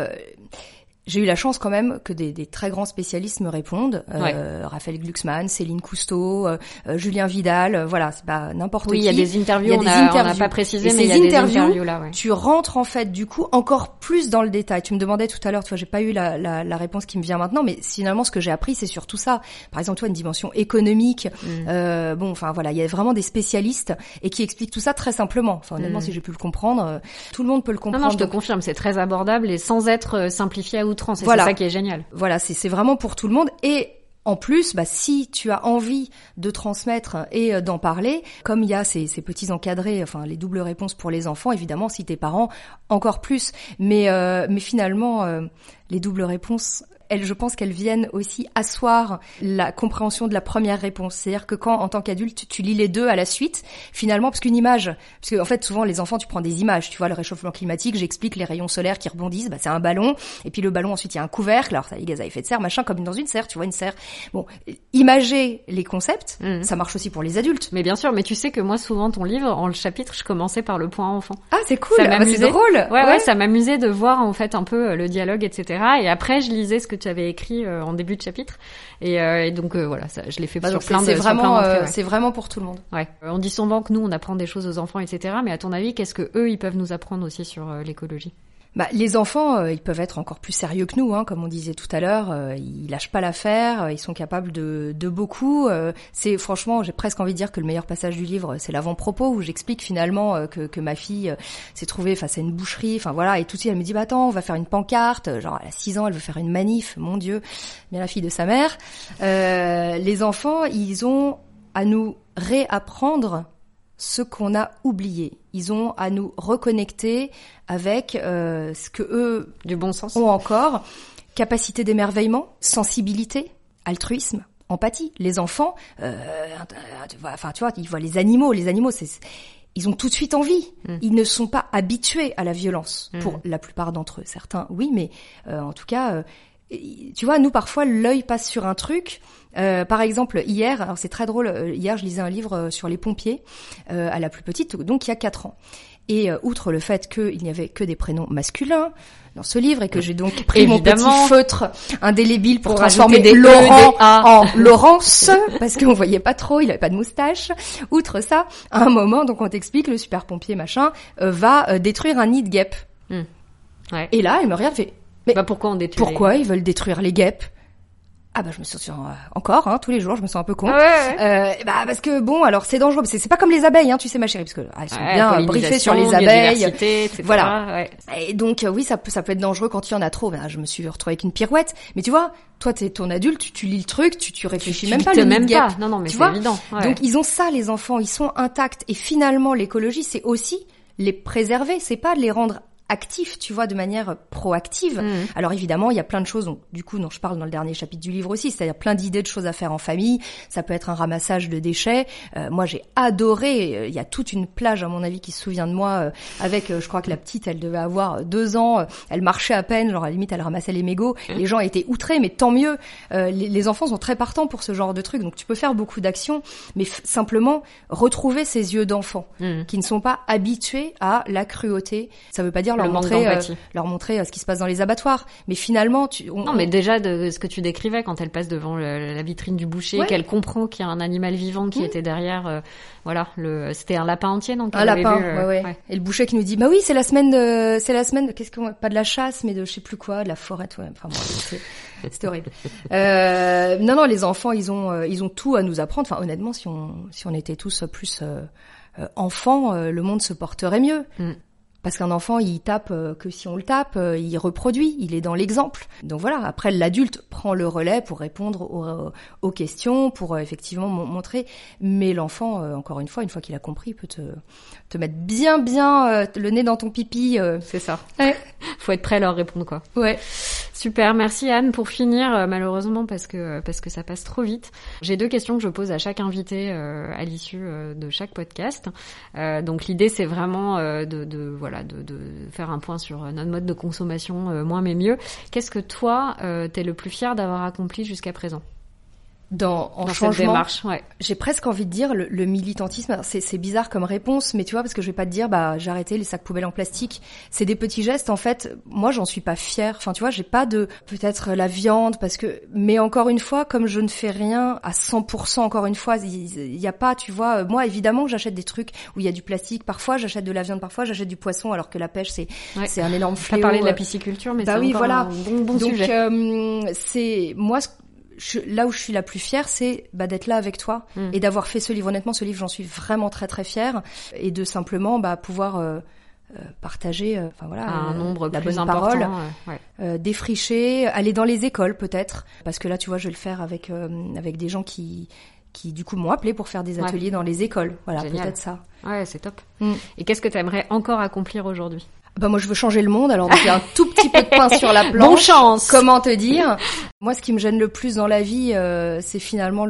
J'ai eu la chance quand même que des très grands spécialistes me répondent. Raphaël Glucksmann, Céline Cousteau, Julien Vidal, voilà, c'est pas n'importe qui. Oui, il y a des interviews, on n'a pas précisé, et mais il y a des interviews là, ouais. Tu rentres en fait du coup encore plus dans le détail. Tu me demandais tout à l'heure, tu vois, j'ai pas eu la réponse qui me vient maintenant, mais finalement ce que j'ai appris c'est surtout ça. Par exemple, toi, une dimension économique. Bon, enfin voilà, il y a vraiment des spécialistes et qui expliquent tout ça très simplement. Enfin honnêtement, si j'ai pu le comprendre, tout le monde peut le comprendre. Non, je te confirme, c'est très abordable et sans être simplifié à outrance. Voilà. C'est ça qui est génial. Voilà, c'est vraiment pour tout le monde. Et en plus, bah, si tu as envie de transmettre et d'en parler, comme il y a ces petits encadrés, enfin les doubles réponses pour les enfants, évidemment, si t'es parent, encore plus. Mais finalement, les doubles réponses, je pense qu'elles viennent aussi asseoir la compréhension de la première réponse. C'est-à-dire que quand, en tant qu'adulte, tu lis les deux à la suite, finalement, parce qu'une image, parce que en fait, souvent, les enfants, tu prends des images, tu vois, le réchauffement climatique, j'explique les rayons solaires qui rebondissent, bah, c'est un ballon, et puis le ballon, ensuite, il y a un couvercle, alors ça, les gaz à effet de serre, machin, comme dans une serre, tu vois, une serre. Bon, imager les concepts, ça marche aussi pour les adultes. Mais bien sûr, mais tu sais que moi, souvent, ton livre, en le chapitre, je commençais par le point enfant. Ah, c'est cool, ça m'amusait. C'est drôle. Ouais, ça m'amusait de voir, en fait, un peu le dialogue, etc. Et après, je lisais ce que tu avais écrit en début de chapitre. Et donc, voilà, ça, je l'ai fait sur plein de... C'est vraiment pour tout le monde. Ouais. On dit souvent que nous, on apprend des choses aux enfants, etc. Mais à ton avis, qu'est-ce que eux, ils peuvent nous apprendre aussi sur l'écologie? Bah, les enfants, ils peuvent être encore plus sérieux que nous, hein, comme on disait tout à l'heure. Ils lâchent pas l'affaire, ils sont capables de beaucoup. C'est franchement, j'ai presque envie de dire que le meilleur passage du livre, c'est l'avant-propos où j'explique finalement que ma fille s'est trouvée face à une boucherie. Enfin voilà, et tout de suite elle me dit bah attends, on va faire une pancarte. Genre elle a 6 ans, elle veut faire une manif. Mon Dieu, bien la fille de sa mère. Les enfants, ils ont à nous réapprendre ce qu'on a oublié. Ils ont à nous reconnecter avec ce que eux du bon sens ont encore. Capacité d'émerveillement, sensibilité, altruisme, empathie. Les enfants, enfin tu vois, ils voient les animaux. Les animaux, ils ont tout de suite envie. Ils ne sont pas habitués à la violence. Pour la plupart d'entre eux. Certains, oui, mais en tout cas... tu vois, nous parfois l'œil passe sur un truc. Par exemple, hier, alors c'est très drôle. Hier, je lisais un livre sur les pompiers à la plus petite, donc il y a 4 ans. Et outre le fait qu'il n'y avait que des prénoms masculins dans ce livre et que j'ai donc pris mon petit feutre indélébile pour transformer Laurent en Laurence parce qu'on voyait pas trop, il avait pas de moustache. Outre ça, à un moment, donc on t'explique, le super pompier machin va détruire un nid de guêpes. Ouais. Et là, elle me regarde, fait. Mais pourquoi ils veulent détruire les guêpes? Ah bah je me sens encore tous les jours je me sens un peu con. Ouais. Bah parce que bon alors c'est dangereux, c'est pas comme les abeilles tu sais ma chérie, parce que elles sont bien briefées sur les abeilles, etc. Voilà. Ouais. Et donc oui ça peut être dangereux quand il y en a trop. Ben, je me suis retrouvée avec une pirouette, mais tu vois, toi t'es ton adulte, tu lis le truc, tu réfléchis même pas, même pas. Non mais c'est évident. Ouais. Donc ils ont ça les enfants, ils sont intacts et finalement l'écologie c'est aussi les préserver, c'est pas de les rendre actif, tu vois, de manière proactive. Alors évidemment, il y a plein de choses, donc, du coup, dont je parle dans le dernier chapitre du livre aussi, c'est-à-dire plein d'idées de choses à faire en famille. Ça peut être un ramassage de déchets. Moi, j'ai adoré. Il y a toute une plage, à mon avis, qui se souvient de moi, avec, je crois que la petite, elle devait avoir 2 ans. Elle marchait à peine, genre à la limite, elle ramassait les mégots. Les gens étaient outrés, mais tant mieux. Les enfants sont très partants pour ce genre de trucs, donc tu peux faire beaucoup d'actions, mais simplement retrouver ces yeux d'enfant qui ne sont pas habitués à la cruauté. Ça veut pas dire leur montrer ce qui se passe dans les abattoirs, mais finalement mais déjà de ce que tu décrivais quand elle passe devant la vitrine du boucher, qu'elle comprend qu'il y a un animal vivant qui était derrière, c'était un lapin entier, donc un lapin, vu, et le boucher qui nous dit bah oui, c'est la semaine de qu'est-ce qu'on, pas de la chasse, mais de je sais plus quoi, de la forêt, enfin bon, c'était horrible. Non, les enfants, ils ont tout à nous apprendre. Enfin, honnêtement, si on était tous plus enfants, le monde se porterait mieux. Parce qu'un enfant, il tape que si on le tape, il reproduit, il est dans l'exemple. Donc voilà, après l'adulte prend le relais pour répondre aux questions, pour effectivement montrer. Mais l'enfant, encore une fois qu'il a compris, peut te mettre bien le nez dans ton pipi. C'est ça. Ouais. Faut être prêt à leur répondre, quoi. Ouais. Super, merci Anne. Pour finir, malheureusement parce que ça passe trop vite, j'ai 2 questions que je pose à chaque invité à l'issue de chaque podcast. Donc l'idée c'est vraiment de faire un point sur notre mode de consommation, moins mais mieux. Qu'est-ce que toi t'es le plus fier d'avoir accompli jusqu'à présent? Dans cette démarche, ouais. J'ai presque envie de dire le militantisme. C'est bizarre comme réponse, mais tu vois, parce que je vais pas te dire, j'ai arrêté les sacs poubelles en plastique. C'est des petits gestes, en fait. Moi, j'en suis pas fière. Enfin, tu vois, j'ai pas peut-être la viande, mais encore une fois, comme je ne fais rien à 100%, encore une fois, il y a pas, tu vois, moi, évidemment, j'achète des trucs où il y a du plastique. Parfois, j'achète de la viande, parfois, j'achète du poisson, alors que la pêche, c'est un énorme fléau. T'as parlé de la pisciculture, mais c'est encore un bon sujet. Donc, c'est, moi, là où je suis la plus fière, c'est d'être là avec toi et d'avoir fait ce livre. Honnêtement, ce livre, j'en suis vraiment très très fière, et de simplement pouvoir partager, un nombre la plus bonne important, parole, défricher, aller dans les écoles peut-être, parce que là, tu vois, je vais le faire avec des gens qui du coup m'ont appelé pour faire des ateliers dans les écoles. Voilà, génial. Peut-être ça. Ouais, c'est top. Et qu'est-ce que tu aimerais encore accomplir aujourd'hui? Moi, je veux changer le monde, alors donc il y a un tout petit peu de pain sur la planche. Bonne chance. Comment te dire? Moi, ce qui me gêne le plus dans la vie, c'est finalement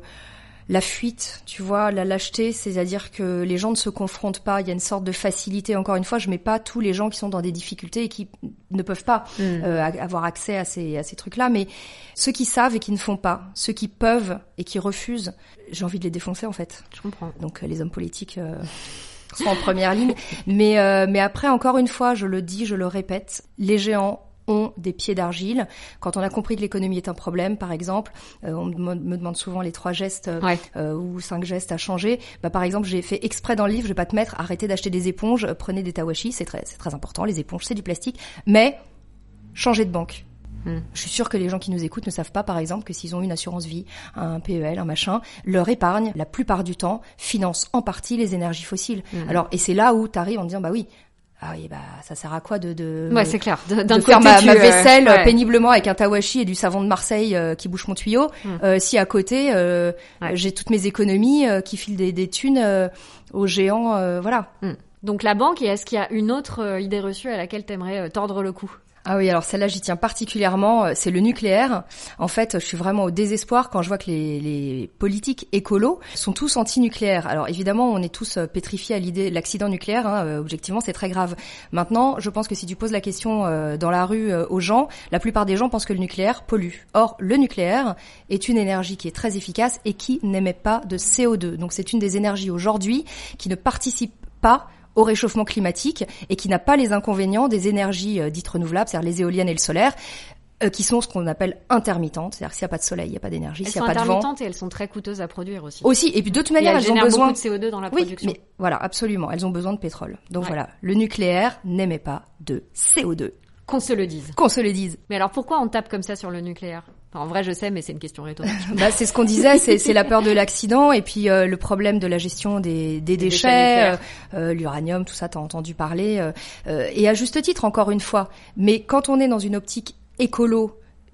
la fuite, tu vois, la lâcheté, c'est-à-dire que les gens ne se confrontent pas. Il y a une sorte de facilité. Encore une fois, je mets pas tous les gens qui sont dans des difficultés et qui ne peuvent pas avoir accès à ces trucs-là, mais ceux qui savent et qui ne font pas, ceux qui peuvent et qui refusent, j'ai envie de les défoncer en fait. Je comprends. Donc les hommes politiques sont en première ligne, mais après, encore une fois, je le dis, je le répète, les géants ont des pieds d'argile. Quand on a compris que l'économie est un problème, par exemple, on me demande souvent les 3 gestes ou 5 gestes à changer. Par exemple, j'ai fait exprès dans le livre, je vais pas te mettre, arrêtez d'acheter des éponges, prenez des tawashi, c'est très important, les éponges, c'est du plastique, mais changez de banque. Je suis sûre que les gens qui nous écoutent ne savent pas, par exemple, que s'ils ont une assurance vie, un PEL, un machin, leur épargne, la plupart du temps, finance en partie les énergies fossiles. Alors, et c'est là où t'arrives en disant, ça sert à quoi c'est clair. De faire ma vaisselle péniblement avec un tawashi et du savon de Marseille qui bouche mon tuyau, si à côté j'ai toutes mes économies qui filent des thunes aux géants, voilà. Donc la banque, et est-ce qu'il y a une autre idée reçue à laquelle t'aimerais tordre le cou? Ah oui, alors celle-là, j'y tiens particulièrement, c'est le nucléaire. En fait, je suis vraiment au désespoir quand je vois que les politiques écolos sont tous anti-nucléaires. Alors évidemment, on est tous pétrifiés à l'idée de l'accident nucléaire, objectivement, c'est très grave. Maintenant, je pense que si tu poses la question dans la rue aux gens, la plupart des gens pensent que le nucléaire pollue. Or, le nucléaire est une énergie qui est très efficace et qui n'émet pas de CO2. Donc c'est une des énergies aujourd'hui qui ne participe pas au réchauffement climatique et qui n'a pas les inconvénients des énergies dites renouvelables, c'est-à-dire les éoliennes et le solaire, qui sont ce qu'on appelle intermittentes, c'est-à-dire que s'il n'y a pas de soleil, il n'y a pas d'énergie, s'il n'y a pas de vent. Elles sont intermittentes et elles sont très coûteuses à produire aussi. Aussi, et puis de toute manière, elles ont besoin beaucoup de CO2 dans la production. Oui, mais voilà, absolument, elles ont besoin de pétrole. Donc voilà, le nucléaire n'émet pas de CO2. Qu'on se le dise. Qu'on se le dise. Mais alors pourquoi on tape comme ça sur le nucléaire? Enfin, en vrai, je sais, mais c'est une question rhétorique. C'est ce qu'on disait, c'est la peur de l'accident et puis le problème de la gestion des déchets, l'uranium, tout ça, t'as entendu parler. Et à juste titre, encore une fois. Mais quand on est dans une optique écolo,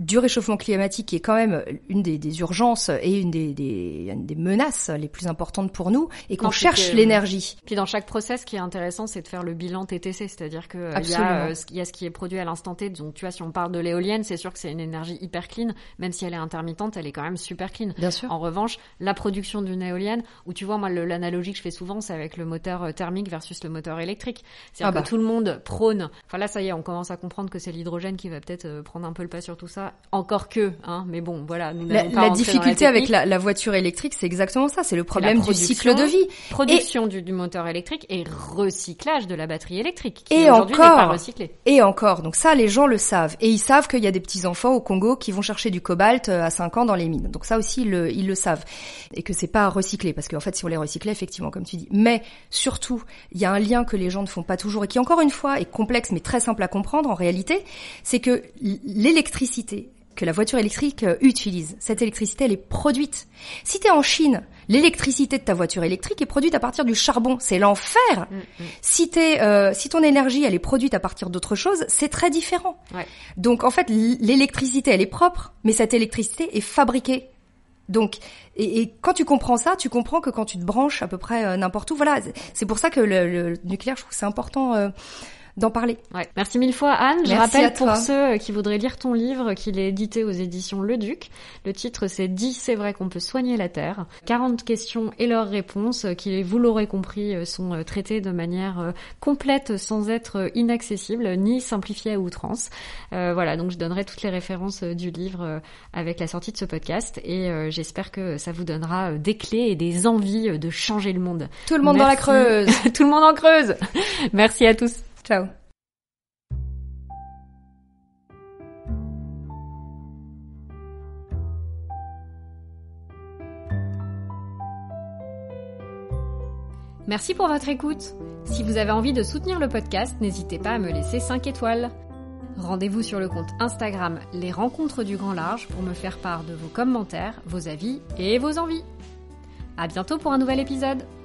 du réchauffement climatique, qui est quand même une des urgences et une des menaces les plus importantes pour nous, et qu'on cherche l'énergie. Puis dans chaque process, ce qui est intéressant, c'est de faire le bilan TTC, c'est-à-dire que il y a ce qui est produit à l'instant T. Donc tu vois, si on parle de l'éolienne, c'est sûr que c'est une énergie hyper clean, même si elle est intermittente, elle est quand même super clean. Bien sûr. En revanche, la production d'une éolienne, où tu vois, moi l'analogie que je fais souvent, c'est avec le moteur thermique versus le moteur électrique. C'est-à-dire que tout le monde prône. Enfin là, ça y est, on commence à comprendre que c'est l'hydrogène qui va peut-être prendre un peu le pas sur tout ça. Encore que, hein. Mais bon, voilà. Nous la difficulté avec la voiture électrique, c'est exactement ça. C'est le problème du cycle de vie. Production du moteur électrique et recyclage de la batterie électrique, qui aujourd'hui n'est pas recyclée. Et encore. Donc ça, les gens le savent. Et ils savent qu'il y a des petits-enfants au Congo qui vont chercher du cobalt à 5 ans dans les mines. Donc ça aussi, ils le savent. Et que c'est pas recyclé. Parce qu'en fait, si on les recyclait, effectivement, comme tu dis. Mais surtout, il y a un lien que les gens ne font pas toujours et qui, encore une fois, est complexe mais très simple à comprendre en réalité. C'est que l'électricité que la voiture électrique utilise, cette électricité, elle est produite. Si t'es en Chine, l'électricité de ta voiture électrique est produite à partir du charbon. C'est l'enfer. Si ton énergie, elle est produite à partir d'autre chose, c'est très différent. Ouais. Donc, en fait, l'électricité, elle est propre, mais cette électricité est fabriquée. Donc, et quand tu comprends ça, tu comprends que quand tu te branches à peu près n'importe où, voilà, c'est pour ça que le nucléaire, je trouve que c'est important d'en parler. Ouais. Merci mille fois, Anne. Merci. Je rappelle pour ceux qui voudraient lire ton livre qu'il est édité aux éditions Le Duc. Le titre, c'est « Dis, c'est vrai qu'on peut soigner la Terre ». 40 questions et leurs réponses qui, vous l'aurez compris, sont traitées de manière complète sans être inaccessible ni simplifiées à outrance. Voilà, donc je donnerai toutes les références du livre avec la sortie de ce podcast et j'espère que ça vous donnera des clés et des envies de changer le monde. Tout le monde dans la Creuse. Tout le monde en Creuse. Merci à tous. Ciao. Merci pour votre écoute. Si vous avez envie de soutenir le podcast, n'hésitez pas à me laisser 5 étoiles. Rendez-vous sur le compte Instagram Les Rencontres du Grand Large pour me faire part de vos commentaires, vos avis et vos envies. À bientôt pour un nouvel épisode.